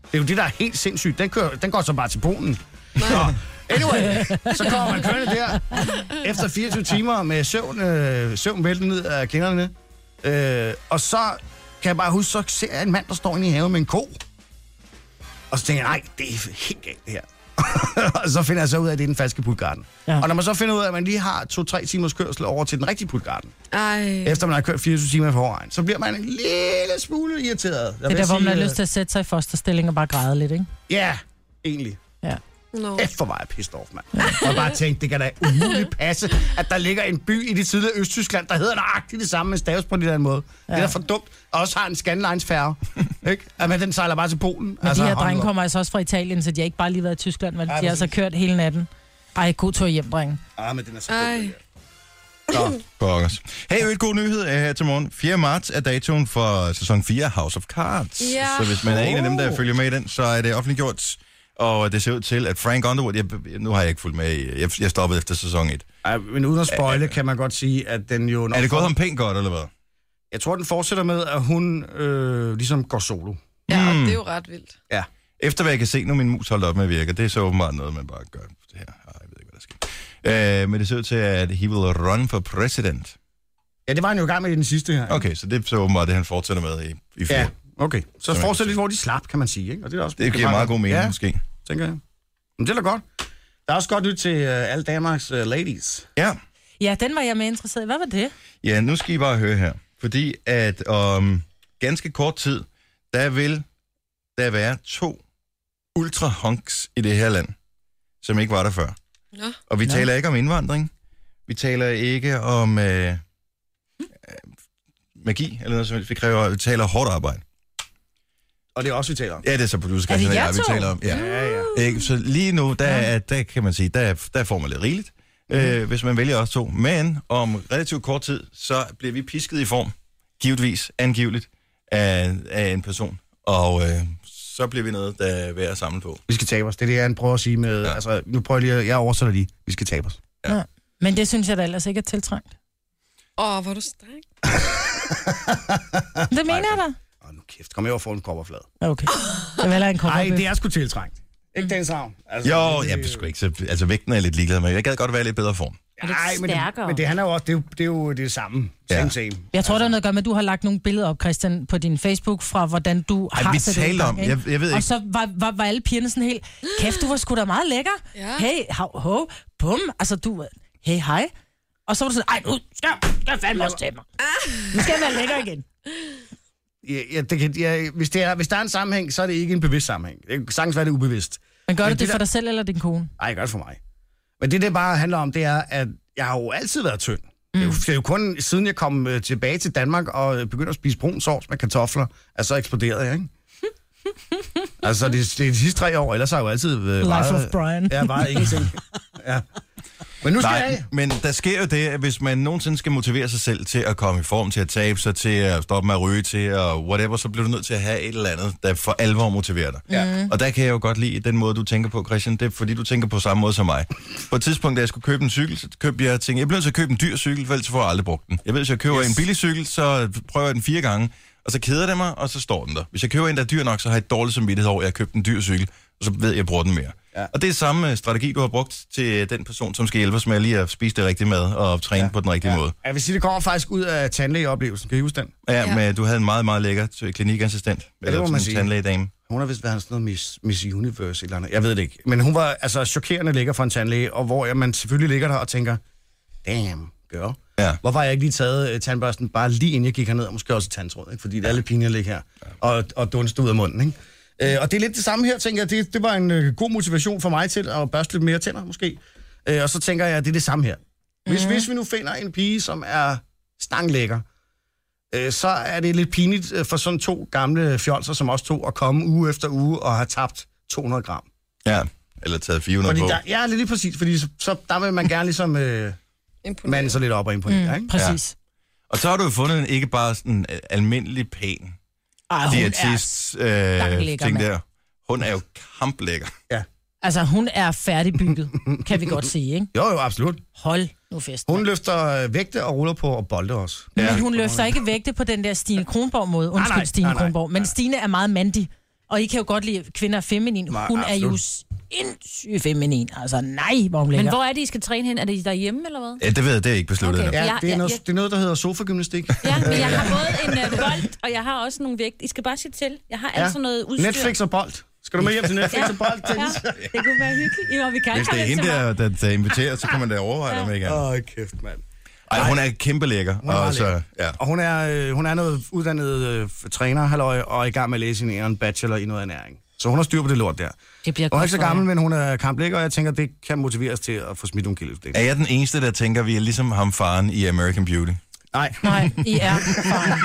Det er jo det, der er helt sindssygt. Den går så bare til Polen. Nå, anyway, så kommer man kørende der, efter 24 timer med søvn væltet ned af kinderne. Og så kan jeg bare huske, så ser jeg en mand, der står inde i haven med en ko. Og så tænker jeg, nej, det er helt galt det her. Og så finder jeg så ud af, at det er den falske Puttgarden. Ja. Og når man så finder ud af, at man lige har 2-3 timers kørsel over til den rigtige Puttgarden, efter man har kørt 24 timer i forvejen, så bliver man en lille smule irriteret. Det er der, hvor man har lyst til at sætte sig i fosterstilling og bare græde lidt, ikke? Ja, egentlig. Ja. For mig er pissed off, mand. Og bare tænkte, det kan da umuligt passe, at der ligger en by i det tidligere Østtyskland, der hedder nøjagtigt det samme, men staves på en eller anden måde. Ja. Det er da for dumt. Og også har en Scandlines-færge. Ikke? Men den sejler bare til Polen. Men de her drenge kommer altså også fra Italien, så de har ikke bare lige været i Tyskland, men de har altså kørt hele natten. Ej, god tur hjem, drenge. Men den er så god. Pokkers. Hey, et god nyhed her til morgen. 4. marts er datoen for sæson 4 House of Cards. Ja. Så hvis man er en af dem, der følger med i den, så er det offentliggjort. Og det ser ud til, at Frank Underwood... nu har jeg ikke fulgt med. Jeg stoppede efter sæson 1. Men uden at spoile, kan man godt sige, at den jo... Er det gået ham pænt godt, eller hvad? Jeg tror, den fortsætter med, at hun ligesom går solo. Ja, og det er jo ret vildt. Ja. Efter hvad jeg kan se, nu min mus holdt op med at virke, det er så åbenbart noget, man bare gør det her. Jeg ved ikke, hvad der sker. Men det ser ud til, at he will run for president. Ja, det var han jo i gang med i den sidste her. Okay, så det er så åbenbart det, han fortsætter med i flere. Ja, okay. Så fortsætter lidt, hvor de slap, kan man sige. Ikke? Og det er også, det giver meget god mening, måske. Tænker jeg. Men det er da godt. Der er også godt nyt til alle Danmarks ladies. Ja. Ja, den var jeg med interesseret i. Hvad var det? Ja, nu skal I bare høre her. Fordi at om ganske kort tid, der vil der være 2 ultra-hunks i det her land, som ikke var der før. Ja. Og vi taler ikke om indvandring. Vi taler ikke om magi, eller noget som helst. Vi taler hårdt arbejde. Og det er også, vi taler om. Ja, det er så producer Er det vi jer to? taler om. Ja. Ikke? Så lige nu, der kan man sige, der får man lidt rigeligt, hvis man vælger os 2. Men om relativt kort tid, så bliver vi pisket i form, givetvis, angiveligt, af en person. Og så bliver vi noget, der er værd at samle på. Vi skal tabe os. Det er det, jeg prøver at sige med... Ja. Altså, nu prøver jeg lige... Jeg oversætter lige. Vi skal tabe os. Ja. Men det synes jeg da ellers ikke er tiltrængt. Hvor er du streng. Det mener jeg da. Nu kæft. Kom her og få en kopperflade. Okay. Det er vel en kopperbøf. Nej, det er sgu tiltrængt. Ikke den savn. Altså, Jo, jeg er sgu ikke så... Altså, vægten er jeg lidt ligeglad med. Jeg gad godt være i lidt bedre form. Nej, men det handler jo også... Det er jo det samme. Same. Jeg tror, der er noget at gøre med, at du har lagt nogle billeder op, Christian, på din Facebook, fra hvordan du har vi sat talte om, jeg ved ikke. Og så var alle pigerne sådan helt, kæft, du var sgu da meget lækker. Ja. Hey, bum. Altså, du, hey, hej. Og så var du sådan, nu skal jeg fandme også til mig. Nu skal jeg være lækker igen. Hvis der er en sammenhæng, så er det ikke en bevidst sammenhæng. Det kan sagtens være det ubevidst. Men gør du det for dig selv eller din kone? Nej, jeg gør det for mig. Men det bare handler om, det er, at jeg har jo altid været tynd. Det er jo kun siden jeg kom tilbage til Danmark og begyndte at spise brun sovs med kartofler, at så eksploderede jeg, ikke? Altså, det er de sidste 3 år, ellers har jeg jo altid Life of Brian. Ja, bare ingenting. Ja. Men nu skal jeg... Men der sker jo det, at hvis man nogensinde skal motivere sig selv til at komme i form, til at tabe sig, til at stoppe med at ryge, til at whatever, så bliver du nødt til at have et eller andet, der for alvor motiverer dig. Ja. Og der kan jeg jo godt lide den måde, du tænker på, Christian. Det er fordi, du tænker på samme måde som mig. På et tidspunkt, da jeg skulle købe en cykel, så købte jeg ting. Jeg blev nødt til at købe en dyr cykel, for ellers får jeg aldrig brugt den. Jeg ved, hvis jeg køber en billig cykel, så prøver jeg den 4 gange, og så keder det mig, og så står den der. Hvis jeg køber en, der er dyr nok, så har jeg et dårligt samvittighed over, at jeg har købt en dyr cykel, og så ved jeg, at jeg bruger den mere. Ja. Og det er samme strategi, du har brugt til den person, som skal hjælpe os med lige at spise det rigtige mad og træne på den rigtige måde. Jeg vil sige, det kommer faktisk ud af tandlægeoplevelsen. Kan I huske den? Ja, men du havde en meget, meget lækker klinikassistent. Ja, det må man sige. Tandlægedame. Hun har vist været sådan noget Miss Universe eller andet. Jeg ved det ikke. Men hun var altså chokerende lækker for en tandlæge, og hvor man selvfølgelig ligger der og tænker, damn, girl. Ja. Hvorfor har jeg ikke lige taget tandbørsten bare lige inden jeg gik herned, og måske også tandtråd, ikke? Fordi det er lidt pinligt at ligge her og dunste ud af munden, ikke? Og det er lidt det samme her, tænker jeg. Det var en god motivation for mig til at børste lidt mere tænder, måske. Og så tænker jeg, at det er det samme her. Hvis vi nu finder en pige, som er stanglækker, så er det lidt pinligt for sådan 2 gamle fjolser, som også tog at komme uge efter uge og have tabt 200 gram. Ja, eller taget 400 på. Ja, lige præcis, fordi så der vil man gerne ligesom mande sig lidt op og imponere, ikke? Præcis. Ja. Og så har du jo fundet en ikke bare sådan almindelig pæn diætist ting der. Hun er jo kamplækker. Ja. Altså, hun er færdigbygget, kan vi godt sige, ikke? Jo, absolut. Hold nu fest. Hun løfter vægte og ruller på og bolde også. Men hun løfter ikke vægte på den der Stine Kronborg-måde. Undskyld, Stine Kronborg. Men Stine er meget mandig. Og I kan jo godt lide, at kvinder er feminin. Nej, Hun er jo absolut. sindssygt feminin. Altså, nej, hvor hun Men lækker. hvor er det, I skal træne hen? Er det derhjemme, eller hvad? Ja, det ved jeg, det er ikke besluttet Okay. endnu. Ja, det er, Ja, noget, ja. det er noget, der hedder sofagymnastik. Ja, men jeg har både en bold, og jeg har også nogle vægt. I skal bare sige til. Jeg har altså noget udstyr. Netflix og bold. Skal du med hjem til Netflix og bold, Ja, Dennis? det kunne være hyggeligt. Jo, vi kan Hvis det er hende, der inviterer, så kan man da overveje det med igen. Åh, kæft, mand. Ej, hun er kæmpe lækker. Hun er meget lækker. Ja. Og hun er noget uddannet træner, halløj, og er i gang med at læse en bachelor i noget ernæring. Så hun har styr på det lort der. Det bliver Hun er godt ikke så for jer. gammel, men hun er kamplækker, og jeg tænker, det kan motivere os til at få smidt nogle kilo. Er jeg den eneste, der tænker, vi er ligesom ham faren i American Beauty? Nej. Nej, I er faren.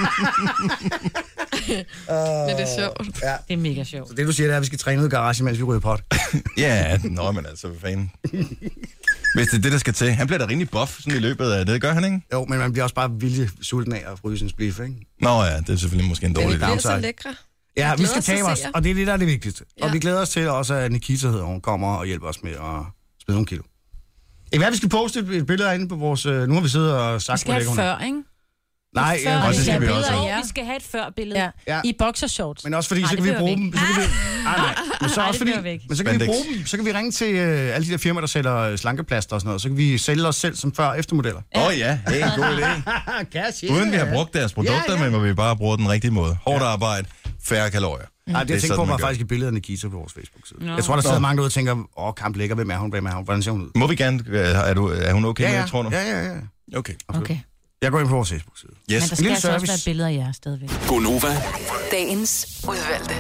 Det er sjovt. Ja. Det er mega sjovt. Så det, du siger, det er, at vi skal træne ud i garagen, mens vi ryger pot. Ja, nå, men altså, hvad fanden. Hvis det er det, der skal til. Han bliver da rimelig buff sådan i løbet af det, gør han ikke? Jo, men man bliver også bare vilje sulten af at ryge sin spliff, ikke? Nå ja, det er selvfølgelig måske en Men dårlig I idé. bliver så downside. lækre. Ja, Jeg vi glæder skal os til tabe at os, se jer. og det er det, der er det vigtigste. Ja. Og Ja. vi glæder os til også, at Nikita hedder, hun kommer og hjælper os med at smide nogle kilo. Det kan være, vi skal poste et billede herinde på vores... Nu har vi siddet og Vi sagt, skal have et før, ikke? Nej, Før, og det skal vi også. Jo, Ja. vi skal have et før-billede. Ja. Ja. I boxershorts. men også fordi, Nej, så kan det vi behøver bruge vi dem... Så kan vi, nej, men så Nej, også det fordi... behøver vi ikke. Men så kan vi Spandex. bruge dem, så kan vi ringe til alle de der firmaer, der sælger slankeplaster og sådan noget. Så kan vi sælge os selv som før- og eftermodeller. Åh ja, det er en god idé. Uden vi har brugt deres produkter, men hvor vi bare bruger den rigtige måde. Hårdt arbejde, færre kalorier. Nej, det er jeg tænkte sådan, på, man var gør. faktisk et billede af Nikita på vores Facebook-side. Nå. Jeg tror, der sidder mange derude og tænker, kamp lækker, hvem er hun, hvordan ser hun ud? Må vi gerne... Er hun okay med det, tror du? Ja. Okay. Okay. Jeg går ind på vores Facebook-side. Men Yes. der En skal lille altså også service. være et billede af jer stadigvæk. Gonova, Dagens udvalgte.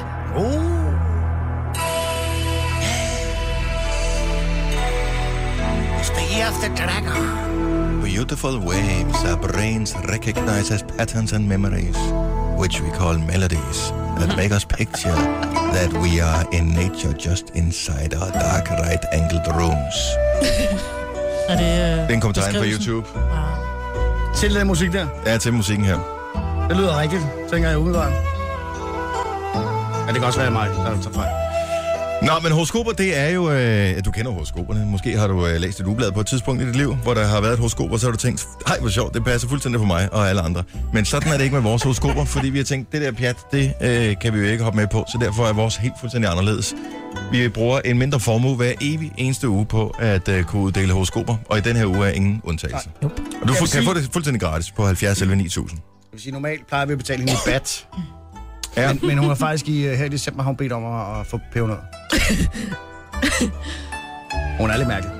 Beautiful waves our brains recognize as patterns and memories, which we call melodies, that make us picture that we are in nature just inside our dark right-angled rooms. Er det, Det er en kommentar inde på beskrivelsen? YouTube. Til den musik der. Ja, til musikken her. Det lyder rigtigt, tænker jeg umiddelbart. Ja, det kan også være mig, der tager fejl. Nå, men horoskoper, det er jo... du kender horoskoperne. Måske har du læst et ugeblad på et tidspunkt i dit liv, hvor der har været et horoskop, og så har du tænkt, hej, hvor sjovt, det passer fuldstændig på mig og alle andre. Men sådan er det ikke med vores horoskoper, fordi vi har tænkt, det der pjat, det kan vi jo ikke hoppe med på, så derfor er vores helt fuldstændig anderledes. Vi bruger en mindre formue hver evig eneste uge på at kunne uddele horoskoper, og i den her uge er ingen undtagelse. Og du kan få det fuldstændig gratis på 70 11 9000. Jeg vil sige, normalt plejer vi at betale hende i bat. Ja. Men hun har faktisk her i december, har hun bedt om at få pævnød. Hun er lidt mærkelig.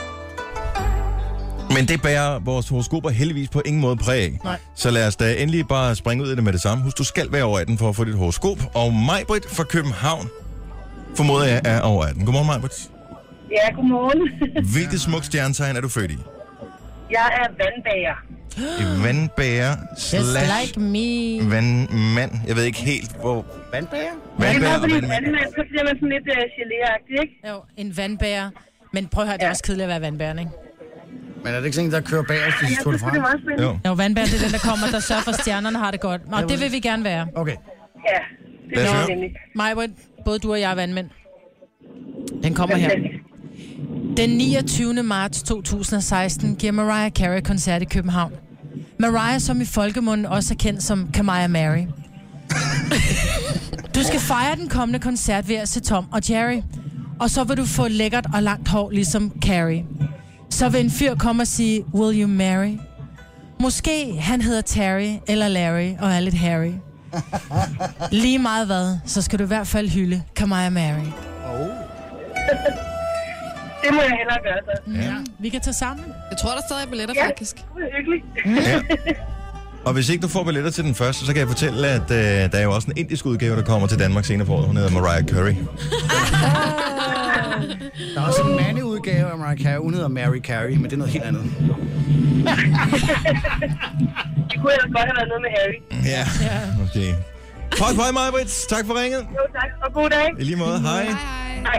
Men det bærer vores horoskoper heldigvis på ingen måde præg af. Nej. Så lad os da endelig bare springe ud i det med det samme. Husk, du skal være over 18 for at få dit horoskop. Og Majbrit fra København, formoder jeg, er over 18. Godmorgen, Majbrit. Ja, godmorgen. Hvilket smukt stjernetegn er du født i? Jeg er vandbager. Vandbærer Just slash like me. vandmand. Jeg ved ikke helt, hvor... Vandbager? Det er Vandbærer bare og fordi vandmand. vandmand, så bliver man sådan lidt gelé-agtig, ikke? Jo, en vandbærer. Men prøv at høre, det er også kedeligt at være vandbærer, ikke? Men er det ikke sådan en, der kører bag os, Jeg hvis du det synes, det er frem? meget spændende. Jo. Jo, vandbærer, det er den, der kommer, der sørger for, at stjernerne har det godt. Og det vil vi gerne være. Okay. Ja, det Lad os er høre. nemlig. Majbrit, både du og jeg er vandmænd. Den kommer her. Den 29. marts 2016 giver Mariah Carey koncert i København. Mariah, som i folkemunden også er kendt som Kamaya Mary. Du skal fejre den kommende koncert ved at se Tom og Jerry. Og så vil du få lækkert og langt hår, ligesom Carey. Så vil en fyr komme og sige, will you marry? Måske han hedder Terry eller Larry og er lidt Harry. Lige meget hvad, så skal du i hvert fald hylde Kamaya Mary. Det må jeg hellere gøre, så. Ja. Vi kan tage sammen. Jeg tror, der stadig er billetter, Ja, faktisk. det er hyggeligt. Ja. Og hvis ikke du får billetter til den første, så kan jeg fortælle, at der er jo også en indisk udgave, der kommer til Danmark senere på året. Hun hedder Mariah Carey. Der er også en mandeudgave af Mariah Carey. Hun hedder Mary Carey, men det er noget helt andet. Det kunne ellers godt have været noget med Harry. Ja, okay. Hej, Majbrit. Tak for ringet. Jo, tak. Og god dag. I lige måde. Hej. Hej.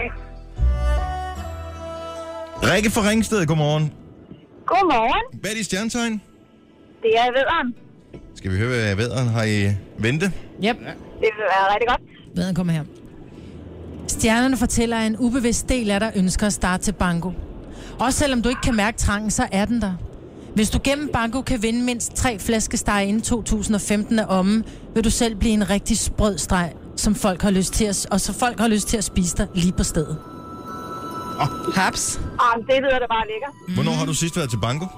Rikke fra Ringsted, godmorgen. Godmorgen. Hvad er dit stjernetegn? Det er vædderen. Skal vi høre, hvad vædderen har i vente? Yep. Det vil være rigtig godt. Vædderen kommer her. Stjernerne fortæller, at en ubevidst del af dig ønsker at starte til banko. Også selvom du ikke kan mærke trangen, så er den der. Hvis du gennem banko kan vinde mindst 3 flæskesteg inden 2015 er omme, vil du selv blive en rigtig sprød som folk har lyst til at, og så folk har lyst til at spise dig lige på stedet. Haps. Det lyder da bare lækker. Hvornår har du sidst været til banko?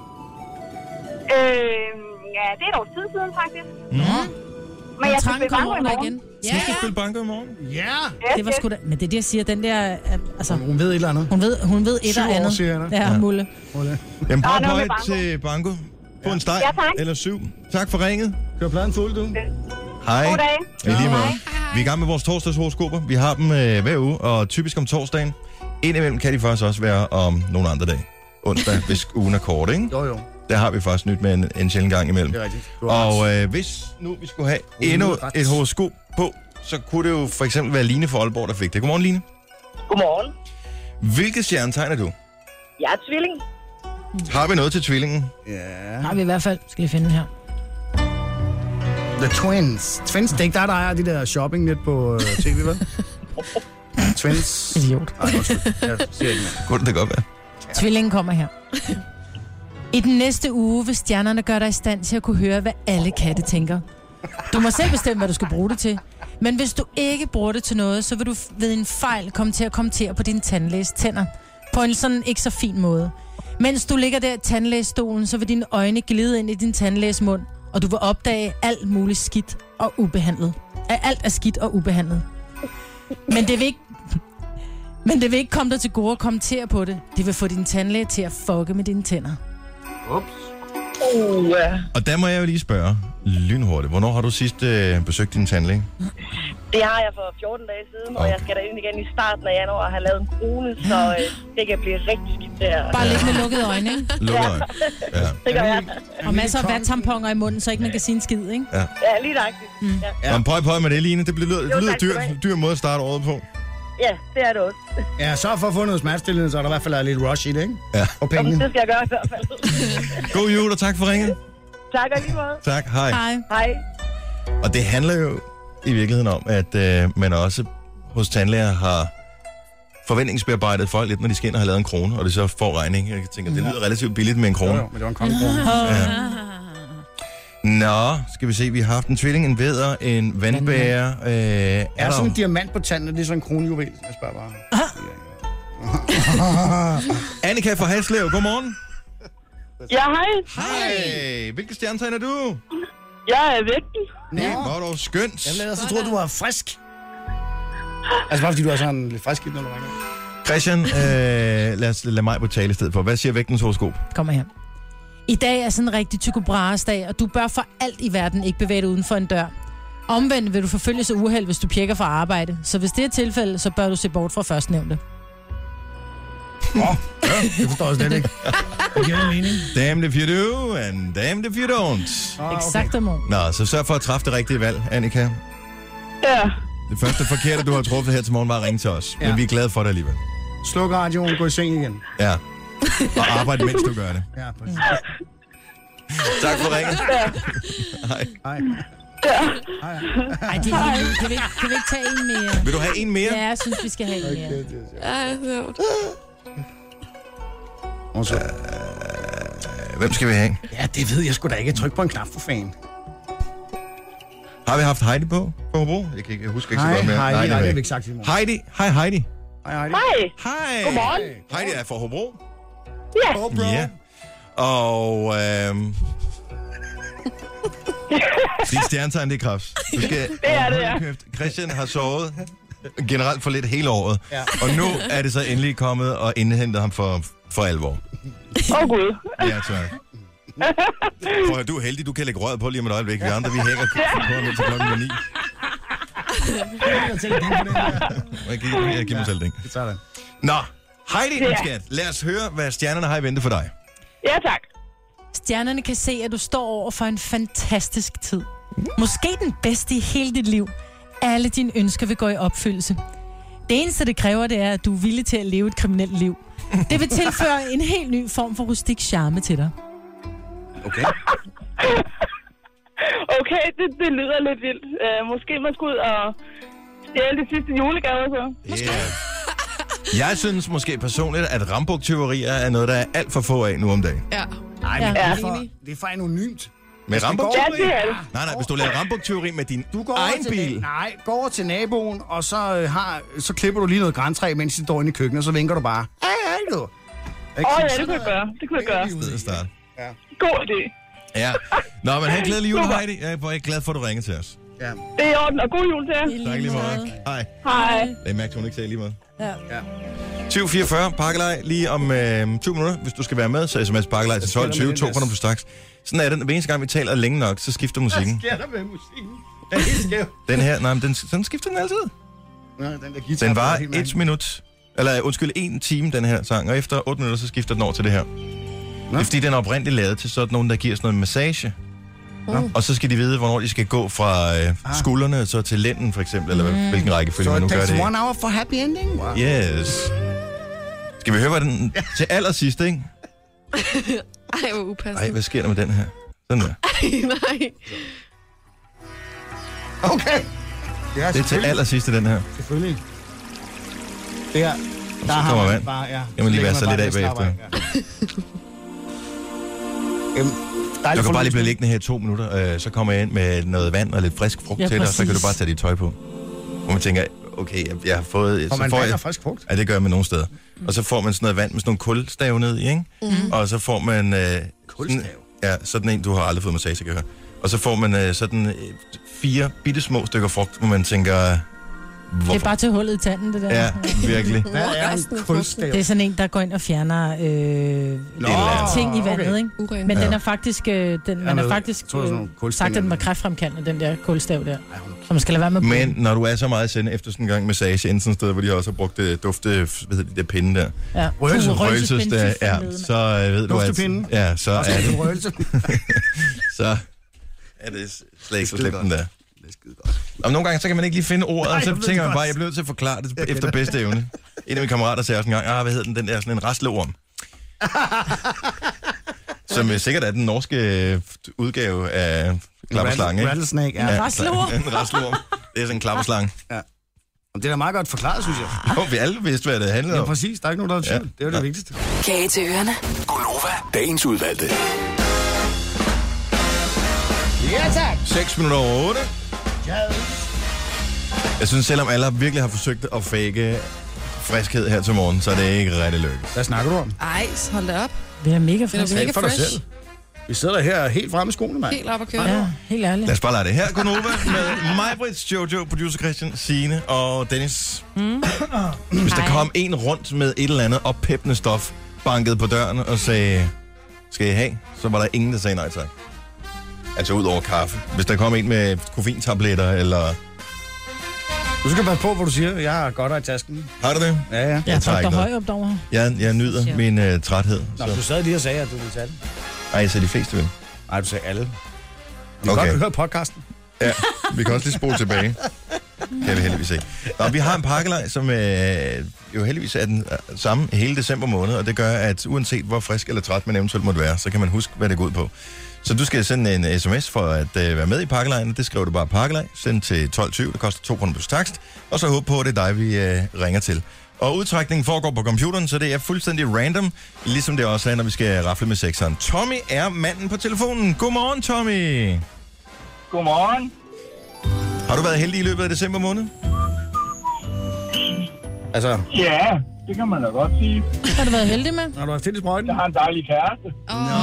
Ja, det er et års tid siden, faktisk. Men jeg skal spille banko i morgen. igen. Skal du spille banko i morgen? Ja! Det var sgu da, men det er det, jeg siger, den der, altså, Hun ved et eller andet. hun ved et 7 og år, andet. siger jeg da. Ja, Mulle. Jamen, prøv Nå, på med et banko. til banko. Få en steg Ja, tak. eller 7. Tak for ringet. Kør pladen fuld, du. Hej. God dag. I lige måde. Vi er i gang med vores torsdagshoroskoper. Vi har dem hver uge, og typisk om torsdagen. Indimellem kan de faktisk også være om nogle andre dage. Onsdag, hvis ugen er kort, ikke? Jo. Der har vi faktisk nyt med en sjældent gang imellem. Det er rigtigt. Du har ret. Og hvis nu vi skulle have endnu et horoskop på, så kunne det jo for eksempel være Line fra Aalborg, der fik det. Godmorgen, Line. Godmorgen. Hvilket stjernetegn er du? Jeg er tvilling. Har vi noget til tvillingen? Ja. Har vi i hvert fald. Skal jeg finde den her. The Twins. Twins, det er ikke der ejer de der shopping-net på tv, vel? Twins. Idiot. Nej, undskyld. Jeg siger ikke mere. Kunne det da godt være. Tvillingen kommer her. I den næste uge vil stjernerne gøre dig i stand til at kunne høre, hvad alle katte tænker. Du må selv bestemme, hvad du skal bruge det til. Men hvis du ikke bruger det til noget, så vil du ved en fejl komme til at kommentere på din tandlæges tænder. På en sådan ikke så fin måde. Mens du ligger der i tandlægestolen, så vil dine øjne glide ind i din tandlæges mund, og du vil opdage alt muligt skidt og ubehandlet. Alt er skidt og ubehandlet. Men det vil ikke komme dig til gode at kommentere på det. Det vil få din tandlæge til at fucke med dine tænder. Ups. Og der må jeg jo lige spørge lynhurtigt. Hvornår har du sidst besøgt din tandlæge? Det har jeg for 14 dage siden, og jeg skal da ind igen i starten af januar og have lavet en krone, så det kan blive rigtig skidt der. Bare ligge med lukkede øjne, ikke? Lukker øjne. Ja. Det gør jeg. Og masser af vattamponer i munden, så ikke man kan sige en skid, ikke? Ja, lige nøjagtigt. Ja. Og prøv med det, Line. Det lyder tak skal du have. dyr måde at starte året på. Ja, det er det også. Ja, så for at få noget smertestillende, så er der i hvert fald lidt rush i det, ikke? Ja. Og pengene. Det skal jeg gøre i hvert fald. God jul, og tak for ringet. Tak og lige måde. Tak, hej. Hej. Hej. Og det handler jo i virkeligheden om, at man også hos tandlæger har forventningsbearbejdet folk lidt, når de skal ind og har lavet en krone, og det så får regning. Jeg tænker, det lyder relativt billigt med en krone. Jo, men det var en kongekrone. Nå, skal vi se, vi har haft en tvilling, en vædder, en vandbærer. Er sådan en diamant på tanden, det er sådan en kronjuvel. Jeg spørger bare. Annika fra Haslev, godmorgen. Ja, hej. Hej. Hvilke stjernetegn er du? Jeg er vægten. Hvor er du skønt. Jeg lavede så troede, du var frisk. Altså bare fordi du er sådan lidt frisk, når du ringer. Christian, lad mig på tale i stedet for. Hvad siger vægtens horoskop? Kommer her. I dag er sådan en rigtig Tycho Brahes-dag, og du bør for alt i verden ikke bevæge dig uden for en dør. Omvendt vil du forfølge sig uheld, hvis du pjekker fra arbejde. Så hvis det er tilfældet, så bør du se bort fra førstnævnte. Det forstår jeg slet ikke. Det giver ingen mening. Damned if you do, and damned if you don't. Exakt om morgen. Nå, så sørg for at træffe det rigtige valg, Annika. Ja. Det første forkerte, du har truffet her til morgen, var at ringe til os. Men vi er glade for det alligevel. Sluk radioen, gå i seng igen. Ja. Og arbejde, mens du gør det. Ja, præcis. Tak for ringen. Hej. Hej. Ej, det er helt vildt. Kan vi ikke tage en mere? Vil du have en mere? Ja, jeg synes, vi skal have en mere. Ja, sjovt. Hvem skal vi have? Ja, det ved jeg sgu da ikke. Tryk på en knap for fan. Har vi haft Heidi på Hobro? Jeg husker ikke så godt mere. Hej, det det er har væk. vi ikke sagt i morgen. Heidi. Hej Heidi. Hej, Heidi. Hej. Hej. Godmorgen. Heidi er fra Hobro. Ja. Hobro. Ja. Og dit stjernetegn, det er kræft. Du skal, Det er det, ja. Christian har sovet generelt for lidt hele året. Ja. Og nu er det så endelig kommet og indhentet ham for alvor. Gud. Ja, tak. Prøv at du er heldig, du kan lægge røret på lige om et øjeblik. Vi andre, vi hænger på ham til klokken 9. Jeg giver mig selv det. Det tager det. Nå, Heidi, min skat, lad os høre, hvad stjernerne har i vente for dig. Ja, tak. Stjernerne kan se, at du står over for en fantastisk tid. Måske den bedste i hele dit liv. Alle dine ønsker vil gå i opfyldelse. Det eneste, det kræver, det er, at du er villig til at leve et kriminelt liv. Det vil tilføre en helt ny form for rustik charme til dig. Okay. Okay, det lyder lidt vildt. Måske man skulle ud og stjæle de sidste julegaver så. Yeah. Jeg synes måske personligt, at rambuktyverier er noget, der er alt for få af nu om dagen. Ja. Nej, men Ja. det er for anonymt. Med Rambuk? Ja, det er det. Nej, hvis du laver Rambuk-teori med din Du går egen over til bil. gå over til naboen, og så klipper du lige noget grantræ, mens de står inde i køkkenet, og så vinker du bare. Hej, du. Ja, det kunne jeg gøre. Det kunne jeg gøre. Sted at starte. God idé. Ja. Nå, men have en glædelig jul, Heidi. Jeg er glad for, at du ringer til os. Ja. Det er i orden, og god jul til jer. Tak lige meget. Hej. Hej. Jeg mærkte, hun ikke sagde lige meget. Ja. 2044, pakkelej lige om 20 minutter. Hvis du skal være med, så sms pakkelej til 12.20. 2 kroner på straks. Sådan er det. Hver eneste gang, vi taler længe nok, så skifter musikken. Hvad sker der med musikken? Det er helt skævt. Den her, nej, men den skifter den altid. Nej, den der guitar. Den var 1 minut, eller undskyld, 1 time, den her sang. Og efter 8 minutter, så skifter den over til det her. Det er fordi, den er oprindeligt lavet til sådan nogen, der giver sådan noget massage. Og så skal de vide, hvornår de skal gå fra skuldrene så til lænden, for eksempel, eller hvilken rækkefølge man nu gør det. So it takes 1 hour for happy ending? Wow. Yes. Skal vi høre, hvad den til allersidst, ikke? Ej, hvor upassende. Ej, hvad sker der med den her? Sådan der. Ej, nej. Okay. Ja, Det er til allersidst, den her. Selvfølgelig. Det her. Der så kommer vand. Bare, ja. Kan man lige være så lidt af slapper bagefter. Dejligt Du kan bare lige blive forløsning. liggende her i 2 minutter, så kommer jeg ind med noget vand og lidt frisk frugt til dig, og så kan du bare tage dit tøj på. Hvor man tænker, okay, jeg har fået... Får man vand og frisk frugt? Ja, det gør man nogle steder. Og så får man sådan noget vand med sådan nogle kulstave ned i, ikke? Og så får man... Kulstav? Ja, sådan en, du har aldrig fået massage, kan jeg høre. Og så får man sådan 4 bittesmå stykker frugt, hvor man tænker... Hvorfor? Det er bare til hullet i tanden, det der. Ja, virkelig. Hvad er en kulstav? Det er sådan en, der går ind og fjerner ting i vandet, ikke? Uren. Men den er faktisk, man har faktisk tror, sådan nogle sagt, at den var kræftfremkaldende, den der kulstav der. Så man skal lade være med at bruge Men den. når du er så meget sende efter sådan en gang massage, enten sådan et sted, hvor de også har brugt dufte, hvad hedder de der pinde der, Ja. røgelses der, ja, så ved du at... Duftepinde. Ja, så Og så er er det, det røgelse. så er det slet ikke så slemt den der. Og nogle gange, så kan man ikke lige finde ordet, og så tænker man bare, jeg bliver nødt til at forklare det efter bedste evne. En af mine kammerater sagde også en gang, hvad hedder den der, sådan en rasleorm. Som sikkert er den norske udgave af klapperslange, ikke? Rattlesnake, ja. En rasleorm? En rasleorm. Det er sådan en klapperslange. Det er da meget godt forklaret, synes jeg. Jo, vi alle vidste, hvad det handlede Ja, om. præcis. Der er ikke nogen, der er tvivl. Det er jo det vigtigste. Kage til ørerne. Gonova, dagens udvalgte. Ja, tak. 6 minutter over 8. Jeg synes, selvom alle virkelig har forsøgt at fake friskhed her til morgen, så er det ikke rigtig lykkedes. Hvad snakker du om? Ej, hold da op. Det er mega Det er frisk. mega for dig fresh. selv. Vi sidder her helt fremme i skoene, mand. Helt op og køre. Ja, helt ærligt. Lad os bare lade det her. Gonova med mig, Brits, Jojo, producer Christian, Signe og Dennis. Hvis der kom en rundt med et eller andet oppeppende stof, bankede på døren og sagde, skal I have? Så var der ingen, der sagde nej tak. Altså ud over kaffe. Hvis der kom en med koffeintabletter, eller... Du skal passe på, hvad du siger. Jeg har godter i tasken. Har du det? Ja, ja. Jeg tager trak ikke dig noget. høj op derovre. Jeg nyder min træthed. Nå, du sad lige og sagde, at du ville tage den. Ej, jeg sagde de fleste vil. Nej, du sagde alle. Vi kan Okay. godt høre podcasten. Ja, vi kan også lige spole tilbage. Kan vi heldigvis ikke. Nå, vi har en pakkelej, som jo heldigvis er den samme hele december måned, og det gør, at uanset hvor frisk eller træt man eventuelt måtte være, så kan man huske, hvad det går ud på. Så du skal sende en sms for at være med i pakkelejen. Det skriver du bare pakkelej. Send til 12.20. Det koster 2 kroner plus takst. Og så håb på, at det er dig, vi ringer til. Og udtrækningen foregår på computeren, så det er fuldstændig random, ligesom det også er, når vi skal rafle med sekseren. Tommy er manden på telefonen. Godmorgen, Tommy. Godmorgen. Har du været heldig i løbet af december måned? Altså, Ja, det kan man da godt sige. Har du været heldig med? har du haft til i sprøjten? Jeg har en dejlig kæreste.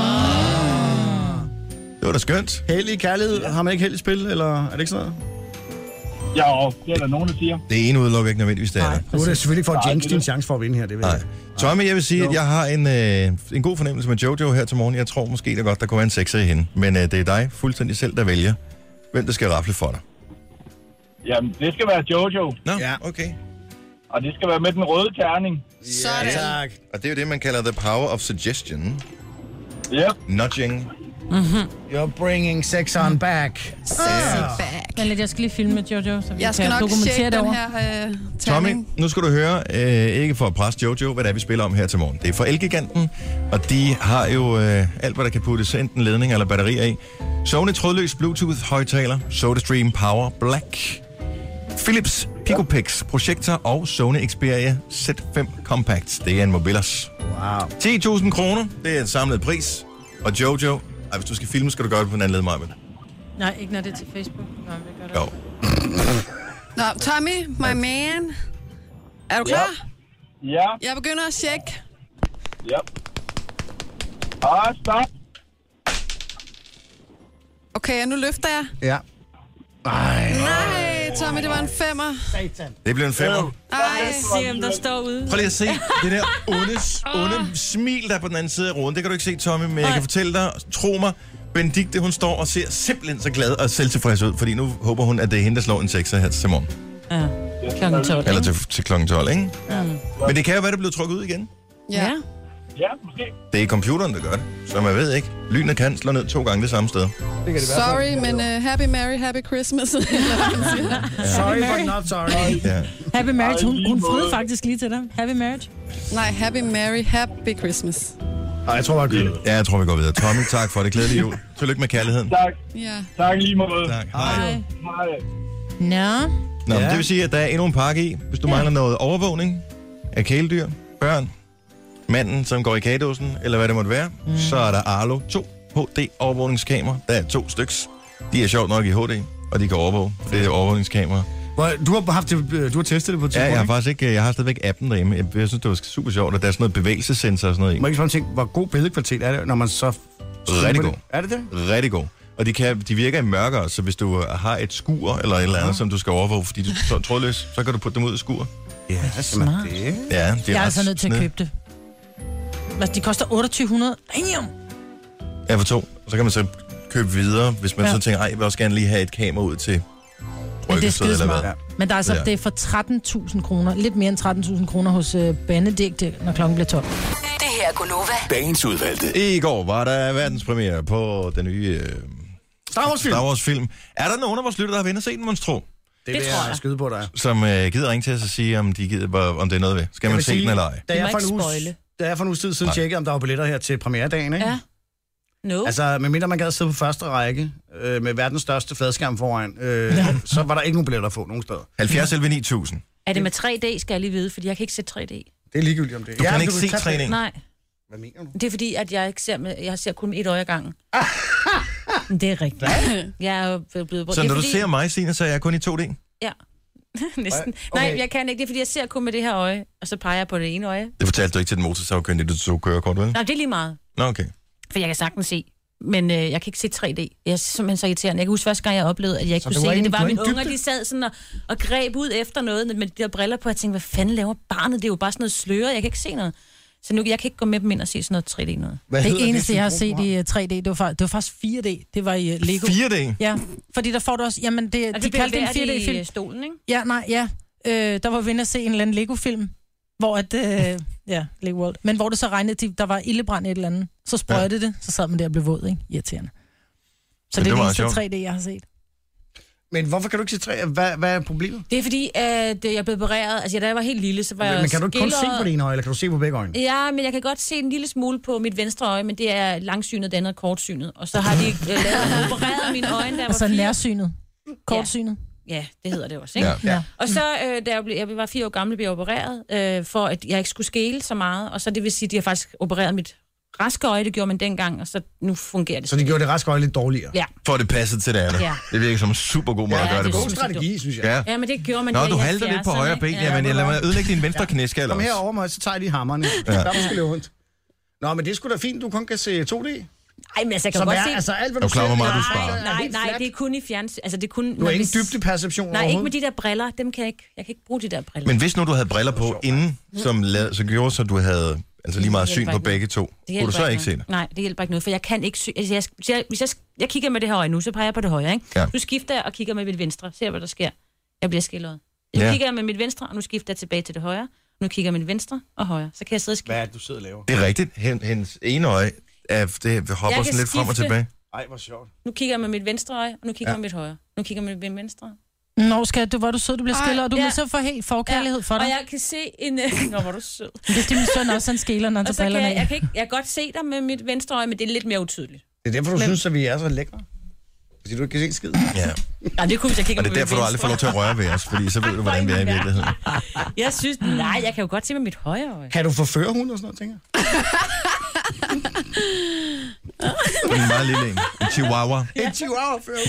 Det var da skønt. Heldig kærlighed. Har man ikke held i spil, eller er det ikke sådan noget? Ja, det er der nogen, der siger. Det ene udelukker ikke nødvendigvis det andet. Nu er det selvfølgelig for at Nej, jinx det er din det. chance for at vinde her, det ved Nej. jeg. Tommy, jeg vil sige, at jeg har en god fornemmelse med Jojo her til morgen. Jeg tror måske da godt, der kunne være en sekser i hende. Men det er dig fuldstændig selv, der vælger, hvem der skal rafle for dig. Jamen, det skal være Jojo, Nå, Ja. okay. og det skal være med den røde terning. Sådan. Tak. Og det er jo det, man kalder the power of suggestion. Yep. Nudging. You're bringing sex on back. Back. Men lidt, jeg skal lige filme med Jojo, så vi Jeg skal kan nok dokumentere tjekke det den over. her Tommy, terning. nu skal du høre, ikke for at presse Jojo, hvad det er, vi spiller om her til morgen. Det er fra Elgiganten, og de har jo alt, hvad der kan puttes enten ledning eller batterier i. Sony trådløs Bluetooth-højtaler, SodaStream Power Black, Philips Picopix projektor og Sony Xperia Z5 Compact. Det er en mobilers. Wow. 10.000 kroner, det er en samlet pris. Og Jojo, Ej, hvis du skal filme, skal du gøre det på en anden led, Maja. Nej, ikke når det er til Facebook. Nej, vi gør det. Jo. Nå, Tommy, my man. Er du klar? Ja. Jeg begynder at tjekke. Ja. Stop. Okay, og nu løfter jeg. Ja. Ej. Nej, Tommy, det var en 5'er. Det blev en 5'er. Ej, Se, om der står ude. Prøv lige at se det der onde smil, der er på den anden side af roden. Det kan du ikke se, Tommy, men jeg kan fortælle dig, tro mig, Benedikte, hun står og ser simpelthen så glad og selvtilfreds ud, fordi nu håber hun, at det er hende, der slår en 6'er her til morgen. Ja, klokken 12. Eller til klokken 12, ikke? Men det kan jo være, det bliver trukket ud igen. Ja. Ja, måske. Det er computeren, der gør det, så man ved ikke. Lynet kan slå ned 2 gange det samme sted. Det kan det Sorry, men Happy Mary, Happy Christmas. Sorry, but not sorry. Ja. Happy marriage. Hun friede faktisk lige til dig. Happy marriage. Nej, Happy Mary, Happy Christmas. Ej, jeg tror bare, jeg Ja, jeg tror, vi går videre. Tommy, tak for det. Glædelig jul. Tillykke med kærligheden. Tak. Ja. Tak lige måde. Tak. Hej. Hej. Nå. Nå, Ja. det vil sige, at der er endnu en pakke i. Hvis du mangler noget overvågning af kæledyr, børn, manden, som går i kagedåsen, eller hvad det måtte være, så er der Arlo 2 HD-overvågningskamera. Der er 2 styks. De er sjovt nok i HD, og de kan overvåge. Det er overvågningskamera. Du har testet det på et tidspunkt, Ja, jeg har ikke? faktisk ikke, jeg har stadigvæk appen derhjemme. Jeg synes, det var super sjovt, at der er sådan noget bevægelsessensor og sådan noget i. Må jeg ikke spørge ting, hvor god billedkvalitet er det, når man så... Rigtig god. Er det det? Rigtig god. Og de virker i mørkere, så hvis du har et skur eller et eller andet, som du skal overvåge, fordi du er trådløs, så kan du putte dem ud i skur. Ja, smart. det. Ja, det er Jeg er ret altså nødt til at sned. købe det. Altså, de koster 2800. Damn! Ja, for 2. Så kan man så købe videre, hvis man så tænker, ej, jeg vil også gerne lige have et kamera ud til Men det er Bryggested eller hvad. skidesmart. Men der er altså, Ja. det er for 13.000 kroner. Lidt mere end 13.000 kroner hos Benedikte, når klokken bliver 12. Det her er Gunova. Dagens udvalgte. I går var der verdenspremiere på den nye Star Wars-film. Star Wars-film. Er der nogen af vores lytter, der har været og set den, monstro? Det vil tror jeg jeg. skyde på dig. Som gider ringe til os og sige, om de gider, om det er noget ved. Skal man se den eller ej? Da Du må jeg for ikke en uge, spoile. da jeg for en uge tid siden tjekkede, om der var billetter her til premieredagen, ikke? Ja. No. Altså, medmindre man gad sidde på første række med verdens største fladskærm foran, så var der ikke nogen billetter at få nogen steder. 70 11 9000. Er det med 3D, skal jeg lige vide, fordi jeg kan ikke se 3D. Det er ligegyldigt om det. Du kan ikke se tage træning. Nej, Hvad mener du? det er fordi, at jeg ikke ser med, jeg ser kun med et øje ad gangen. Det er rigtigt. Jeg er jo blevet... Så det er når du fordi- ser mig, Signe, så er jeg kun i 2D? Ja, næsten. Okay. Nej, jeg kan ikke. Det er fordi, jeg ser kun med det her øje, og så peger jeg på det ene øje. Det fortalte du ikke til den motorsavkyndige, du tog kørekort, vel? Nej, det er lige meget, Nå, okay. for jeg kan sagtens se. Men jeg kan ikke se 3D. Jeg er simpelthen så irriterende. Jeg kan huske første gang, jeg oplevede, at jeg ikke Så kunne du se var det. Det ingen- var du var mine ingen unger, dybde? de sad sådan og greb ud efter noget med de der briller på. Jeg tænkte, hvad fanden laver barnet? Det er jo bare sådan noget sløre. Jeg kan ikke se noget. Så nu jeg kan ikke gå med dem ind og se sådan noget 3D noget. Hvad hedder Det eneste, jeg har set syndrom, i 3D, det var faktisk 4D. Det var i Lego. 4D? Ja, fordi der får du også... Jamen, de kaldte det en 4D-film. i stolen, ikke? Ja, nej, ja. Der var vi inde at se en eller anden Lego-film, hvor at... ja, Lego World. Men hvor det så regnede, der var ildebrand i et eller andet. Så sprøjtede det, så sad man der og blev våd, ikke? Irriterende. Så Men det er det det var eneste sjovt. 3D, jeg har set. Men hvorfor kan du ikke se tre? Hvad er problemet? Det er fordi, at jeg blev opereret. Altså, da jeg var helt lille, så var jeg Men kan du ikke kun se skildret- på det ene øje, eller kan du se på begge øjne? Ja, men jeg kan godt se en lille smule på mit venstre øje, men det er langsynet, det andet er kortsynet. Og så har de opereret mine øjne, da jeg var Altså 4. nærsynet. Kortsynet. Ja, det hedder det også, ikke? Ja. Ja. Og så, da jeg var 4 år gammel, blev jeg opereret, for at jeg ikke skulle skæle så meget. Og så det vil sige, at de har faktisk opereret mit raske øje, det gjorde man dengang, og så nu fungerer det. Så de gjorde det raske øje lidt dårligere. Ja. For det passede til det andet. Ja. Det virker som en super god måde at Ja, gøre det det på. er God strategi, synes jeg. Ja. Ja, men det gjorde man Nå, der du i halter lidt på 70'erne, højre ben. ikke? Jamen, lad mig ødelægge din venstre knæskal Kom også. herover mig, så tager jeg lige hammerne. Ja. Der måske lidt ondt. Nå, men det er sgu da fint, du kun kan se 2D. Ej, men altså, jeg kan Som godt er, se... altså alt, hvad Er du du klar, hvor meget du ser, sparer? er helt Nej, flat. det er kun i fjernsyn. Altså, det er kun... Du har ingen dybdeperception Nej, ikke med overhovedet. de der briller. Dem kan jeg ikke... Jeg kan ikke bruge de der briller. Men hvis nu du havde briller på inden, så gjorde så du havde altså lige meget Det syn hjælper på ikke begge to. Det Kunne du hjælper så ikke se noget. det? Nej, det hjælper ikke noget, for jeg kan ikke... Altså, hvis jeg kigger med det her øje nu, så peger jeg på det højre, ikke? Ja. Nu skifter jeg og kigger med mit venstre. Ser, hvad der sker. Jeg bliver skildret. Nu Ja. kigger jeg med mit venstre, og nu skifter jeg tilbage til det højre. Nu kigger jeg med mit venstre og højre. Så kan jeg sidde og skifte. Hvad er det, du sidder og laver? Det er rigtigt. Hendes ene øje det hopper kan sådan lidt frem og skifte. tilbage. Ej, hvor sjovt. Nu kigger jeg med mit venstre øje, og nu kigger jeg med mit højre. Nu kigger jeg med mit venstre. Nå, skat, du var du sød, du bliver Ej, skiller, og du ja. må så få helt forkærlighed for dig. Og jeg kan se en... Nå, hvor er du sød. Det er min søn også, han skiller, når han Og så tager kan brillerne af. jeg kan godt se dig med mit venstre øje, men det er lidt mere utydeligt. Det er derfor, du synes, at vi er så lækre. Fordi du ikke kan se en skid. Ja. Nej, det kunne, hvis jeg kigger Og det er med derfor, mit du aldrig får lov til at røre ved os, fordi så ved du, hvordan vi er i virkeligheden. Jeg synes, nej, jeg kan jo godt se med mit højre øje. Kan du forføre hun og sådan noget, tænker jeg? En meget lille en. En chihuahua. En chihuahua før.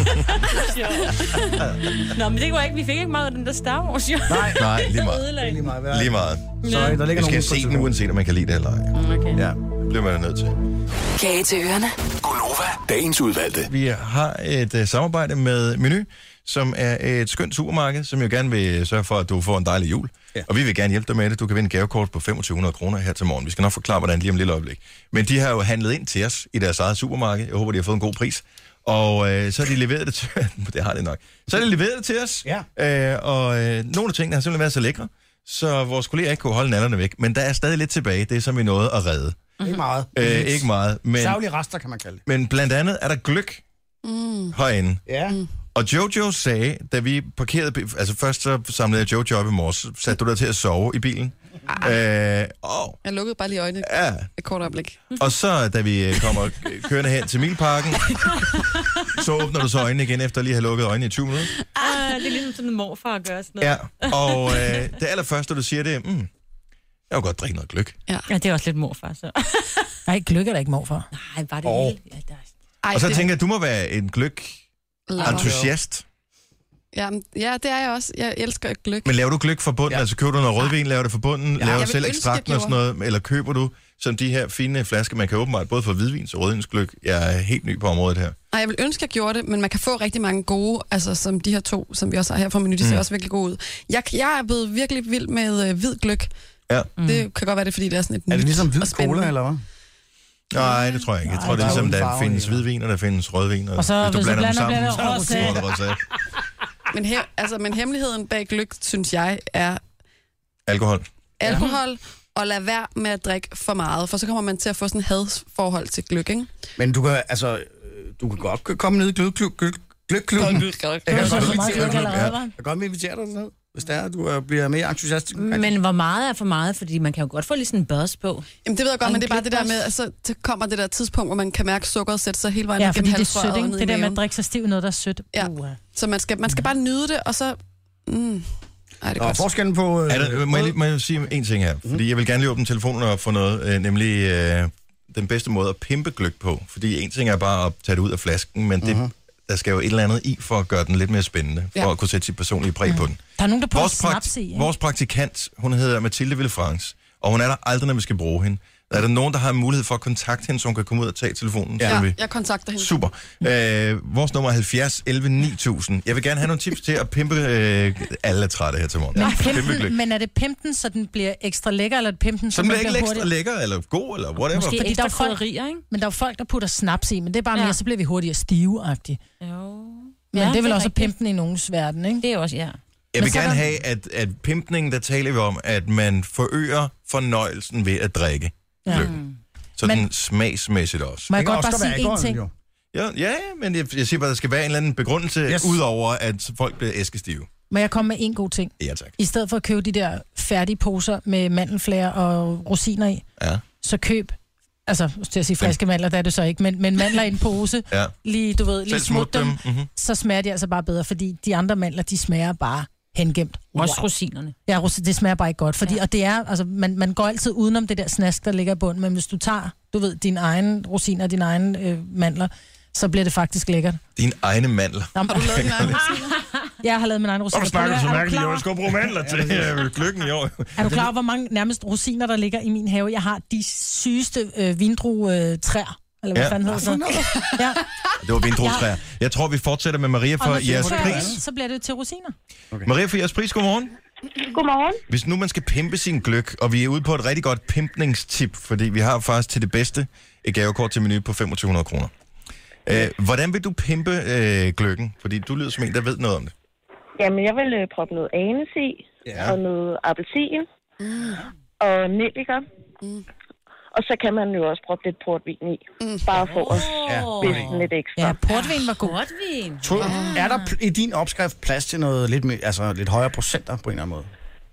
Nå, men det går ikke. Vi fik ikke meget af den der Star Wars, jo. Nej, lige meget. Ødelag. Lige meget. Sorry, der ligger Vi skal nogen se den, uanset om man kan lide det eller ej. Okay. Ja, det bliver man nødt til. Kage til ørerne. Gonova, dagens udvalgte. Vi har et samarbejde med Meny, som er et skønt supermarked, som jo gerne vil sørge for, at du får en dejlig jul. Ja. Og vi vil gerne hjælpe dig med det. Du kan vinde et gavekort på 2500 kroner her til morgen. Vi skal nok forklare, hvordan lige om et lille øjeblik. Men de har jo handlet ind til os i deres eget supermarked. Jeg håber, de har fået en god pris. Og så har de leveret det til det har det nok. Så har de leveret det til os. Ja. Nogle af tingene har simpelthen været så lækre, så vores kolleger ikke kunne holde nallerne væk. Men der er stadig lidt tilbage. Det er, som vi nåede at redde. Ikke meget. Ikke meget. Men, Savlige rester, kan man kalde det. men blandt andet er der gløgg herinde. Ja. Og Jojo sagde, da vi parkerede... Altså først så samlede jeg Jojo op i morges. Satte du dig til at sove i bilen? Jeg lukkede bare lige øjnene et kort øjeblik. Og så, da vi kommer kørende hen til Milparken, så åbner du så øjnene igen, efter lige at have lukket øjnene i 20 minutter. Det er ligesom sådan en morfar gør sådan noget. Ja, og det allerførste, du siger, det er, jeg vil godt drikke noget gløgg. Ja, det er også lidt morfar, så. Nej, gløgg er der ikke morfar. Nej, bare det hele. Ja, der er... Og så tænker jeg, at du må være en gløgg-entusiast. Ja, det er jeg også. Jeg elsker gløgg. Men laver du gløgg fra bunden? Ja. Altså køber du noget rødvin, laver det fra bunden, laver du selv ekstrakten og sådan noget? Eller køber du som de her fine flasker, man kan åbenbart både få hvidvins og rødvinsgløgg? Jeg er helt ny på området her. Nej, jeg vil ønske, jeg gjorde det, men man kan få rigtig mange gode, altså som de her to, som vi også har her fra Meny, de ser også virkelig gode ud. Jeg er blevet virkelig vild med hvid gløgg. Ja. Det kan godt være, det fordi det er sådan et Er det ligesom hvid og spændende. cola, eller hvad? Nej, det tror jeg ikke. Jeg tror, det er ligesom, der findes hvidvin, og der findes rødvin. Og så, hvis du blander dem sammen, rosé. så er det rosé. Men hemmeligheden bag gløgg, synes jeg, er Alkohol. og lad være med at drikke for meget, for så kommer man til at få sådan et hadsforhold til gløgg, ikke? Men du kan godt komme ned i gløgklubben. Jeg kan godt invitere dig ned, hvis det er, du bliver mere entusiastisk. Men hvor meget er for meget? Fordi man kan jo godt få lige sådan en buzz på. Jamen det ved jeg godt, men det er bare det der med, altså det kommer det der tidspunkt, hvor man kan mærke sukkeret sætte sig hele vejen Ja, igennem fordi det er halsrøret sødt, ikke? og ned i Det der med maven. at drikke sig stiv noget, der er sødt. Ja. Så man skal bare nyde det, og så... Ej, det er godt. Forskellen på... Må jeg sige en ting her? Fordi jeg vil gerne lige åbne telefonen og få noget, nemlig den bedste måde at pimpe gløgg på. Fordi en ting er bare at tage det ud af flasken, men det, der skal jo et eller andet i for at gøre den lidt mere spændende, for at kunne sætte sit personlige præg på den. Der er nogen, der putter snaps i, ikke? Vores praktikant, hun hedder Mathilde Villefrance, og hun er der aldrig, når vi skal bruge hende. Er der nogen, der har mulighed for at kontakte hende, så hun kan komme ud og tage telefonen? Ja, jeg kontakter hende. Super. Vores nummer er 70 11 9000. Jeg vil gerne have nogle tips til at pimpe... alle er trætte her til morgen. Men er det pimpen, så den bliver ekstra lækker, eller er det pimpen, så den bliver ikke ekstra lækker, eller god, eller whatever? Måske fordi ekstra krydderier, ikke? Men der er jo folk, der putter snaps i, men det er bare mere, så bliver vi hurtigere stive-agtige. Jo. Men det er vel også pimpen i nogens verden, ikke? Det er også, ja. Jeg vil gerne have, at pimpningen, der taler vi om, at man forøger fornøjelsen ved at drikke gløgg. Sådan smagsmæssigt også. Må jeg godt bare sige én ting? Ja, men jeg siger bare, der skal være en eller anden begrundelse, udover at folk bliver æskestive. Må jeg komme med en god ting? Ja, tak. I stedet for at købe de der færdige poser med mandelflager og rosiner i, så køb, altså til at sige friske mandler, der er det så ikke, men mandler i en pose, lige, du ved, lige smut dem, så smager de altså bare bedre, fordi de andre mandler, de smager bare hengemt. Også rosinerne. Ja, det smager bare ikke godt, fordi, og det er, altså, man går altid udenom det der snask, der ligger i bunden, men hvis du tager, du ved, din egen rosiner, dine egne mandler, så bliver det faktisk lækkert. Dine egne mandler? Har du lavet dine egne rosiner? Jeg har lavet min egen rosiner. Hvorfor snakker du så mærkeligt? Jeg skal bruge mandler til gløggen i år. Er du klar over, hvor mange nærmest rosiner, der ligger i min have? Jeg har de sygeste vindruetræer. Eller hvad fanden hedder det? Ja. Det var vindruetræer. Jeg tror, vi fortsætter med Maria for jeres pris. Så bliver det til rosiner. Okay. Maria for jeres pris, godmorgen. Godmorgen. Hvis nu man skal pimpe sin gløgg, og vi er ude på et rigtig godt pimpningstip, fordi vi har faktisk til det bedste et gavekort til Meny på 2500 kroner. Hvordan vil du pimpe gløggen? Fordi du lyder som en, der ved noget om det. Jamen, jeg vil proppe noget anis i, og noget appelsin, og nelliker. Og så kan man jo også proppe lidt portvin i. Bare for at spidse lidt ekstra. Ja, portvin var god. Portvin. Er der i din opskrift plads til noget lidt, altså lidt højere procenter på en eller anden måde?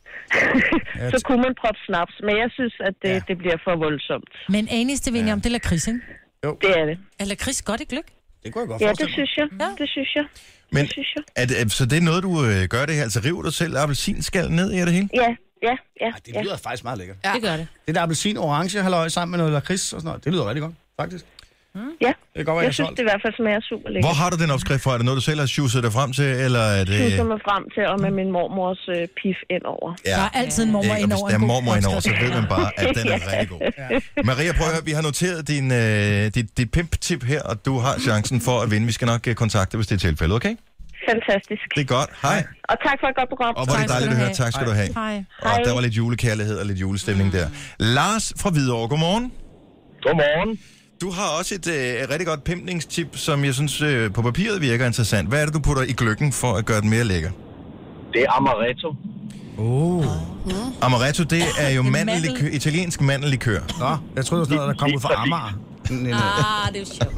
Så kunne man proppe snaps, men jeg synes, at det bliver for voldsomt. Men anis, det ved jeg om, det er lakrids, ikke? Jo. Det er det. Er lakrids godt i gløgg? Det kunne jeg godt forestille mig. Det synes jeg. Men så det er noget, du gør det her? Altså river du selv appelsinskallen ned i det hele? Ja. Det lyder faktisk meget lækkert. Ja. Det gør det. Det der appelsin orange halløj sammen med noget lakrids og sådan noget, det lyder rigtig godt, faktisk. Ja, Det kan godt være, jeg synes, det i hvert fald smager super lækkert. Hvor har du den opskrift fra? Er det noget, du selv har sjusset dig frem til, eller er det... Jeg mig frem til, og med min mormors pif indover. Ja. Der er altid en mormor Ikke? Og indover. hvis der en er god mormor indover, så opskrift. ved man bare, at den er rigtig god. Maria, prøv at høre, vi har noteret dit pimp-tip her, og du har chancen for at vinde. Vi skal nok kontakte, hvis det er tilfældet, okay? Fantastisk. Det er godt. Hej. Og tak for et godt program. Og hvor er det dejligt at høre. Tak skal du have. Hej. Og der var lidt julekærlighed og lidt julestemning der. Lars fra Hvidovre, godmorgen. Godmorgen. Du har også et rigtig godt pimpningstip, som jeg synes på papiret virker interessant. Hvad er det, du putter i gløggen for at gøre den mere lækker? Det er amaretto. Amaretto, det er jo italiensk mandellikør. Nå, jeg troede, det var sådan noget, der kom ud fra Amager. Det er jo sjovt.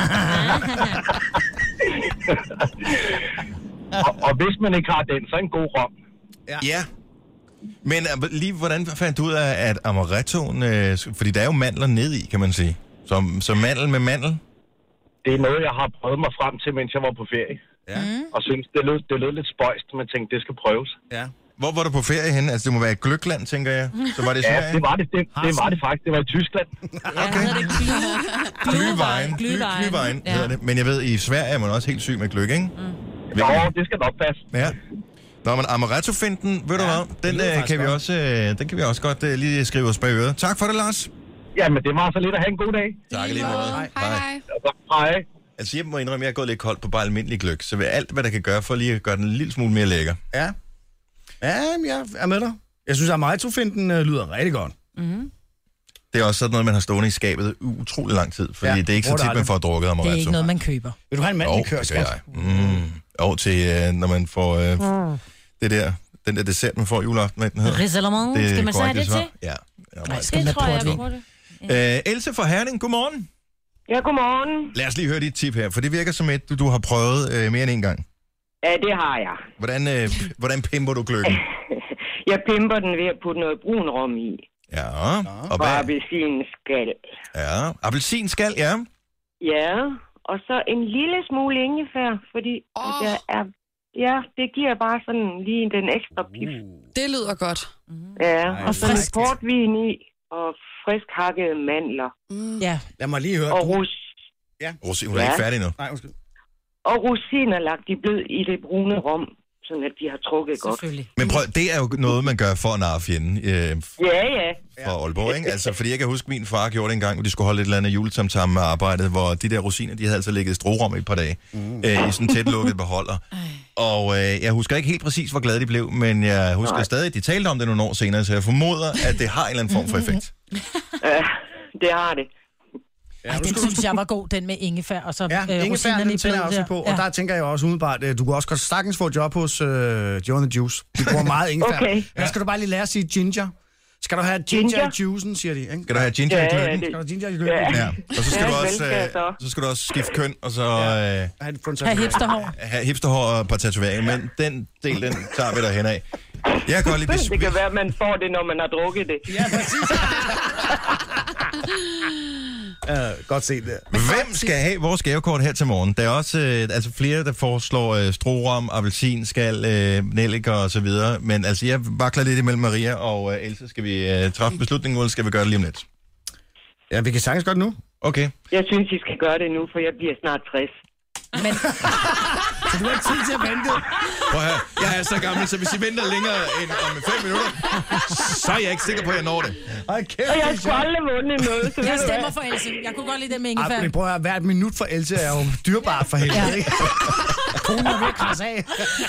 Og hvis man ikke har den, så en god rom. Ja. Men lige hvordan fandt du ud af, at amarettoen... fordi der er jo mandler ned i, kan man sige. Så mandel med mandel? Det er noget, jeg har prøvet mig frem til, mens jeg var på ferie. Ja. Og synes, det lød lidt spøjst, men tænkte, det skal prøves. Ja. Hvor var du på ferie henne? Altså, det må være et gløgland, tænker jeg. Så var det Ja, Sverige? det var det. Det var det faktisk. Det var i Tyskland. Okay. Glühwein hedder det. Men jeg ved, i Sverige er man også helt syg med gløgg, ikke? Nå, det skal nok passe. Ja. Nå, men amaretto-finten, ved du hvad? Den kan vi også godt lige skrive os bag øret. Tak for det, Lars. Jamen, det var så lidt at have en god dag. Tak lige måde. Hej. Hej. Altså, jeg må indrømme, at jeg er gået lidt koldt på bare almindelig gløgg. Så ved alt, hvad der kan gøre for lige at gøre den en lille smule mere lækker. Ja. Ja, jeg er med dig. Jeg synes, at amaretto-finten lyder rigtig godt. Det er også sådan noget, man har stående i skabet utrolig lang tid. Fordi det er ikke så tit, man får drukket amaretto. Det er ikke noget, man køber. Vil du have en mandellikør, det gør jeg. Og til, når man får den der dessert, man får juleaften, hvad den hedder. Risalemang, skal man så have det til? Ja. Det tror jeg på det. Else fra Herning, godmorgen. Ja, godmorgen. Lad os lige høre dit tip her, for det virker som et, du har prøvet mere end en gang. Ja, det har jeg. Hvordan pimper du gløggen? Jeg pimper den ved at putte noget brun rom i. Ja. Og appelsinskal. Ja, appelsinskal, ja. Ja, og så en lille smule ingefær, fordi det giver bare sådan lige den ekstra pif. Det lyder godt. Ja, og så frisk. portvin i, og frisk hakkede mandler. Ja. Lad mig lige høre. Og Hun er ikke færdig nu. Nej, undskyld. og rosiner lagt i blød i det brune rom, sådan at de har trukket godt. Men prøv, det er jo noget, man gør for at narre fjenden Ja. fra Aalborg, ikke? Altså, fordi jeg kan huske, min far gjorde det en gang, hvor de skulle holde et eller andet juletamtam med arbejdet, hvor de der rosiner, de havde altså ligget i strorum i et par dage, i sådan tæt lukket beholder. Og jeg husker ikke helt præcis, hvor glade de blev, men jeg husker stadig, at de talte om det nogle år senere, så jeg formoder, at det har en eller anden form for effekt. Det har det. Ej, den synes jeg var god, den med ingefær, og så ingefær, rosinerne i den tænder jeg også blød på. der. Og der tænker jeg også umiddelbart, du kunne også godt sagtens få et job hos Joe and the Juice. De bruger meget ingefær. Okay. Der skal du bare lige lære at sige ginger. Skal du have ginger i juicen, siger de, ikke? Skal du have ginger i gløggen? Skal du have ginger i gløggen? Ja. Og så skal du også skifte køn, og så have hipsterhår. have hipsterhår og et par tatoveringer, men den del, den tager vi derhen af. Jeg kan godt lide, Det kan være, at man får det, når man har drukket det. Ja, præcis. Godt set det. Hvem skal have vores gavekort her til morgen? Der er også flere, der foreslår strorum, appelsinskal, nelliker og så videre. Men altså, jeg vakler lidt imellem Maria og Else. Skal vi træffe beslutningen, eller skal vi gøre det lige om lidt? Ja, vi kan sagtens godt nu. Okay. Jeg synes, I skal gøre det nu, for jeg bliver snart 60. Men Så du har ikke tid til at vente. Prøv her. Jeg er så gammel, så hvis I venter længere end om 5 minutter, så er jeg ikke sikker på, at jeg når det. Okay. Og jeg skulle aldrig vundet noget, så jeg stemmer for Else. Jeg kunne godt lide det med ingefær. Men prøv at høre, hvert minut for Else er jo dyrbart for helvede, ikke? Konen er ved at krasse af.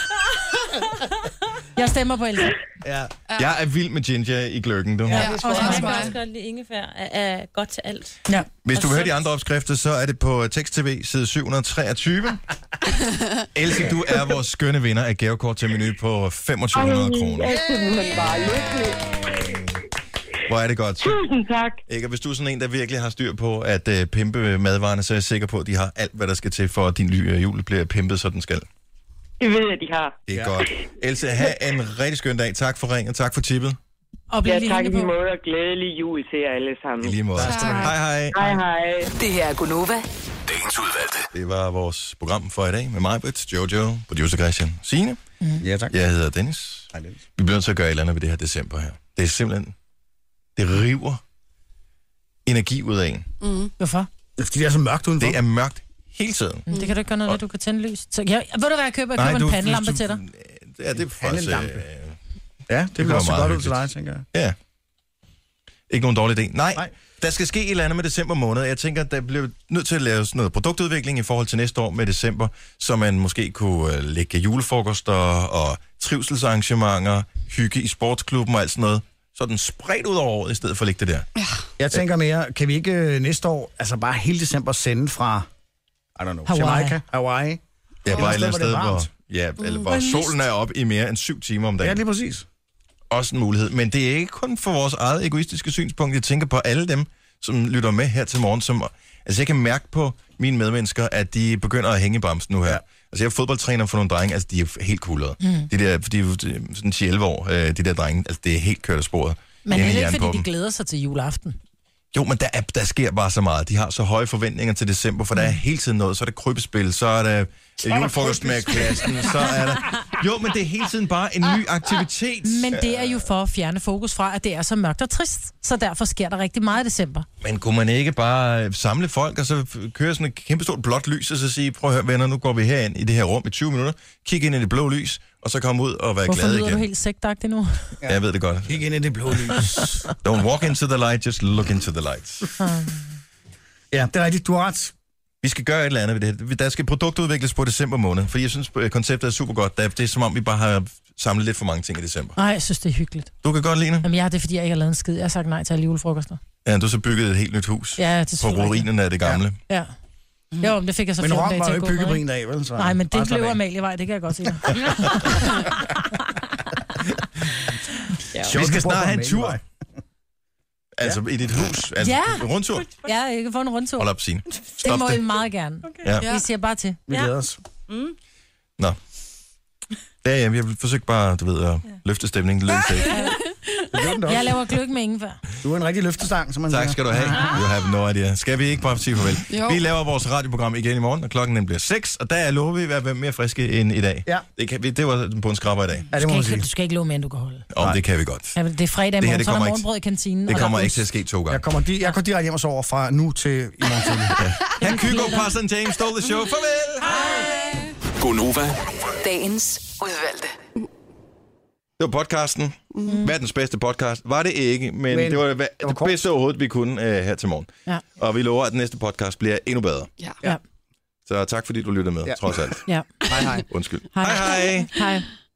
Jeg stemmer på Else. Ja. Jeg er vild med ginger i gløggen, du. Ja, Jeg kan også godt lide ingefær. Er godt til alt. Ja. Hvis du vil høre de andre opskrifter, så er det på Tekst-TV, side 723. Else, du er vores skønne vinder af gavekort til menu på 2500 kroner. Jeg er bare lykkelig. Hvor er det godt. Tusind tak. Ikke? Og hvis du er sådan en, der virkelig har styr på at pimpe madvarerne, så er jeg sikker på, at de har alt, hvad der skal til, for at din jul bliver pimpet, så den skal. Det ved jeg, de har. Det er godt. Else, have en rigtig skøn dag. Tak for ringen, tak for tippet. Og bliv lige tak i hængende lige på. måde, og glædelig jul til jer alle sammen. I lige måde. Hej, hej. Hej, hej. Det her er Gunova. Dagens udvalgte. Det var vores program for i dag med mig, Britt, Jojo, producer Christian, Signe. Ja, tak. Jeg hedder Dennis. Hej, Dennis. Vi bliver nødt til at gøre et eller andet ved det her december her. Det er simpelthen... Det river energi ud af en. Hvorfor? Fordi det er så mørkt udenfor. Det er mørkt hele tiden. Det kan du ikke gøre noget ved, du kan tænde lys. Så, ved du hvad, jeg køber en pandelampe til dig. Ja, det er faktisk... Ja, det bliver også godt ud til dig, tænker jeg. Ja. Ikke nogen dårlig idé. Nej. Der skal ske et eller andet med december måned. Jeg tænker, at der bliver nødt til at lave noget produktudvikling i forhold til næste år med december, så man måske kunne lægge julefrokoster og trivselsarrangementer, hygge i sportsklubben og alt sådan noget. Sådan spredt ud over året, i stedet for at lægge det der. Ja. Jeg tænker mere, kan vi ikke næste år, altså bare hele december sende fra, I don't know, Jamaica, Hawaii? Ja, bare et eller andet sted, hvor solen er op i mere end 7 timer om dagen. Ja, lige præcis. Også en mulighed, men det er ikke kun for vores eget egoistiske synspunkt. Jeg tænker på alle dem, som lytter med her til morgen, som... Altså, jeg kan mærke på mine medmennesker, at de begynder at hænge i bremsen nu her. Ja. Altså, jeg er fodboldtræner for nogle drenge, altså, de er helt kuldrede. De er sådan 11 år, de der drenge, altså, det er helt kørt af sporet. Men det er ikke, fordi de glæder sig til juleaften. Jo, men der sker bare så meget. De har så høje forventninger til december, for der er hele tiden noget. Så er der krybespil, så er der julefrokost med klassen, så er der... Jo, men det er hele tiden bare en ny aktivitet. Men det er jo for at fjerne fokus fra, at det er så mørkt og trist. Så derfor sker der rigtig meget i december. Men kunne man ikke bare samle folk, og så køre sådan et kæmpe stort blåt lys, og så sige, prøv at høre venner, nu går vi herind i det her rum i 20 minutter, kig ind i det blå lys, og så komme ud og være glad igen. Hvorfor lyder du helt sektagtig nu? Ja. Jeg ved det godt. Kig ind i det blå lys. Don't walk into the light, just look into the lights. Ja, det er rigtigt. Du har ret. Vi skal gøre et eller andet ved det. Der skal produktudvikles på december måned, for jeg synes, konceptet er super godt. Det er som om, vi bare har samlet lidt for mange ting i december. Nej, jeg synes, det er hyggeligt. Du kan godt lide det? Jamen, det er fordi, jeg ikke har lavet en skid. Jeg har sagt nej til alle julefrokoster. Ja, du har så bygget et helt nyt hus. Ja, det på ruinerne af det gamle. Ja. Jo, men det fik jeg så 14 dage til at gå med. Men Rom var jo ikke bygget på en dag, vel? Så nej, men det blev Amalievej, det kan jeg godt sige. Vi skal snart have en tur. Altså i dit hus. Altså en rundtur. Ja, jeg kan få en rundtur. Hold op, Signe. Det må I meget gerne. Okay. Ja. Vi siger bare til. Vi glæder os. Nå. Ja, jeg forsøgte bare, du ved, at løfte stemningen. Det lykkedes ikke. Jeg laver gløgg med ingefær. Du er en rigtig løftestang, som man siger. Tak skal du have. You have no idea. Skal vi ikke bare sige farvel? Jo. Vi laver vores radioprogram igen i morgen, og klokken den bliver 6, og der lover vi at være mere friske end i dag. Ja. Det var på en skrabber i dag. Ja, det må man sige. Du skal ikke love mere, end du kan holde. Det kan vi godt. Ja, det er fredag morgen, så er der morgenbrød i kantinen. Det kommer ikke til at ske 2 gange. Jeg går direkte hjem og sover fra nu til i morgen tidlig. Han Kygo, Parson James, stole the show. Farvel! Hej! Gonova. Dagens udvalgte. Det var podcasten. Verdens bedste podcast. Var det ikke, men det var det bedste overhovedet, vi kunne her til morgen. Ja. Og vi lover, at den næste podcast bliver endnu bedre. Ja. Så tak, fordi du lyttede med, trods alt. Ja. Hej. Undskyld. Hej. Hej.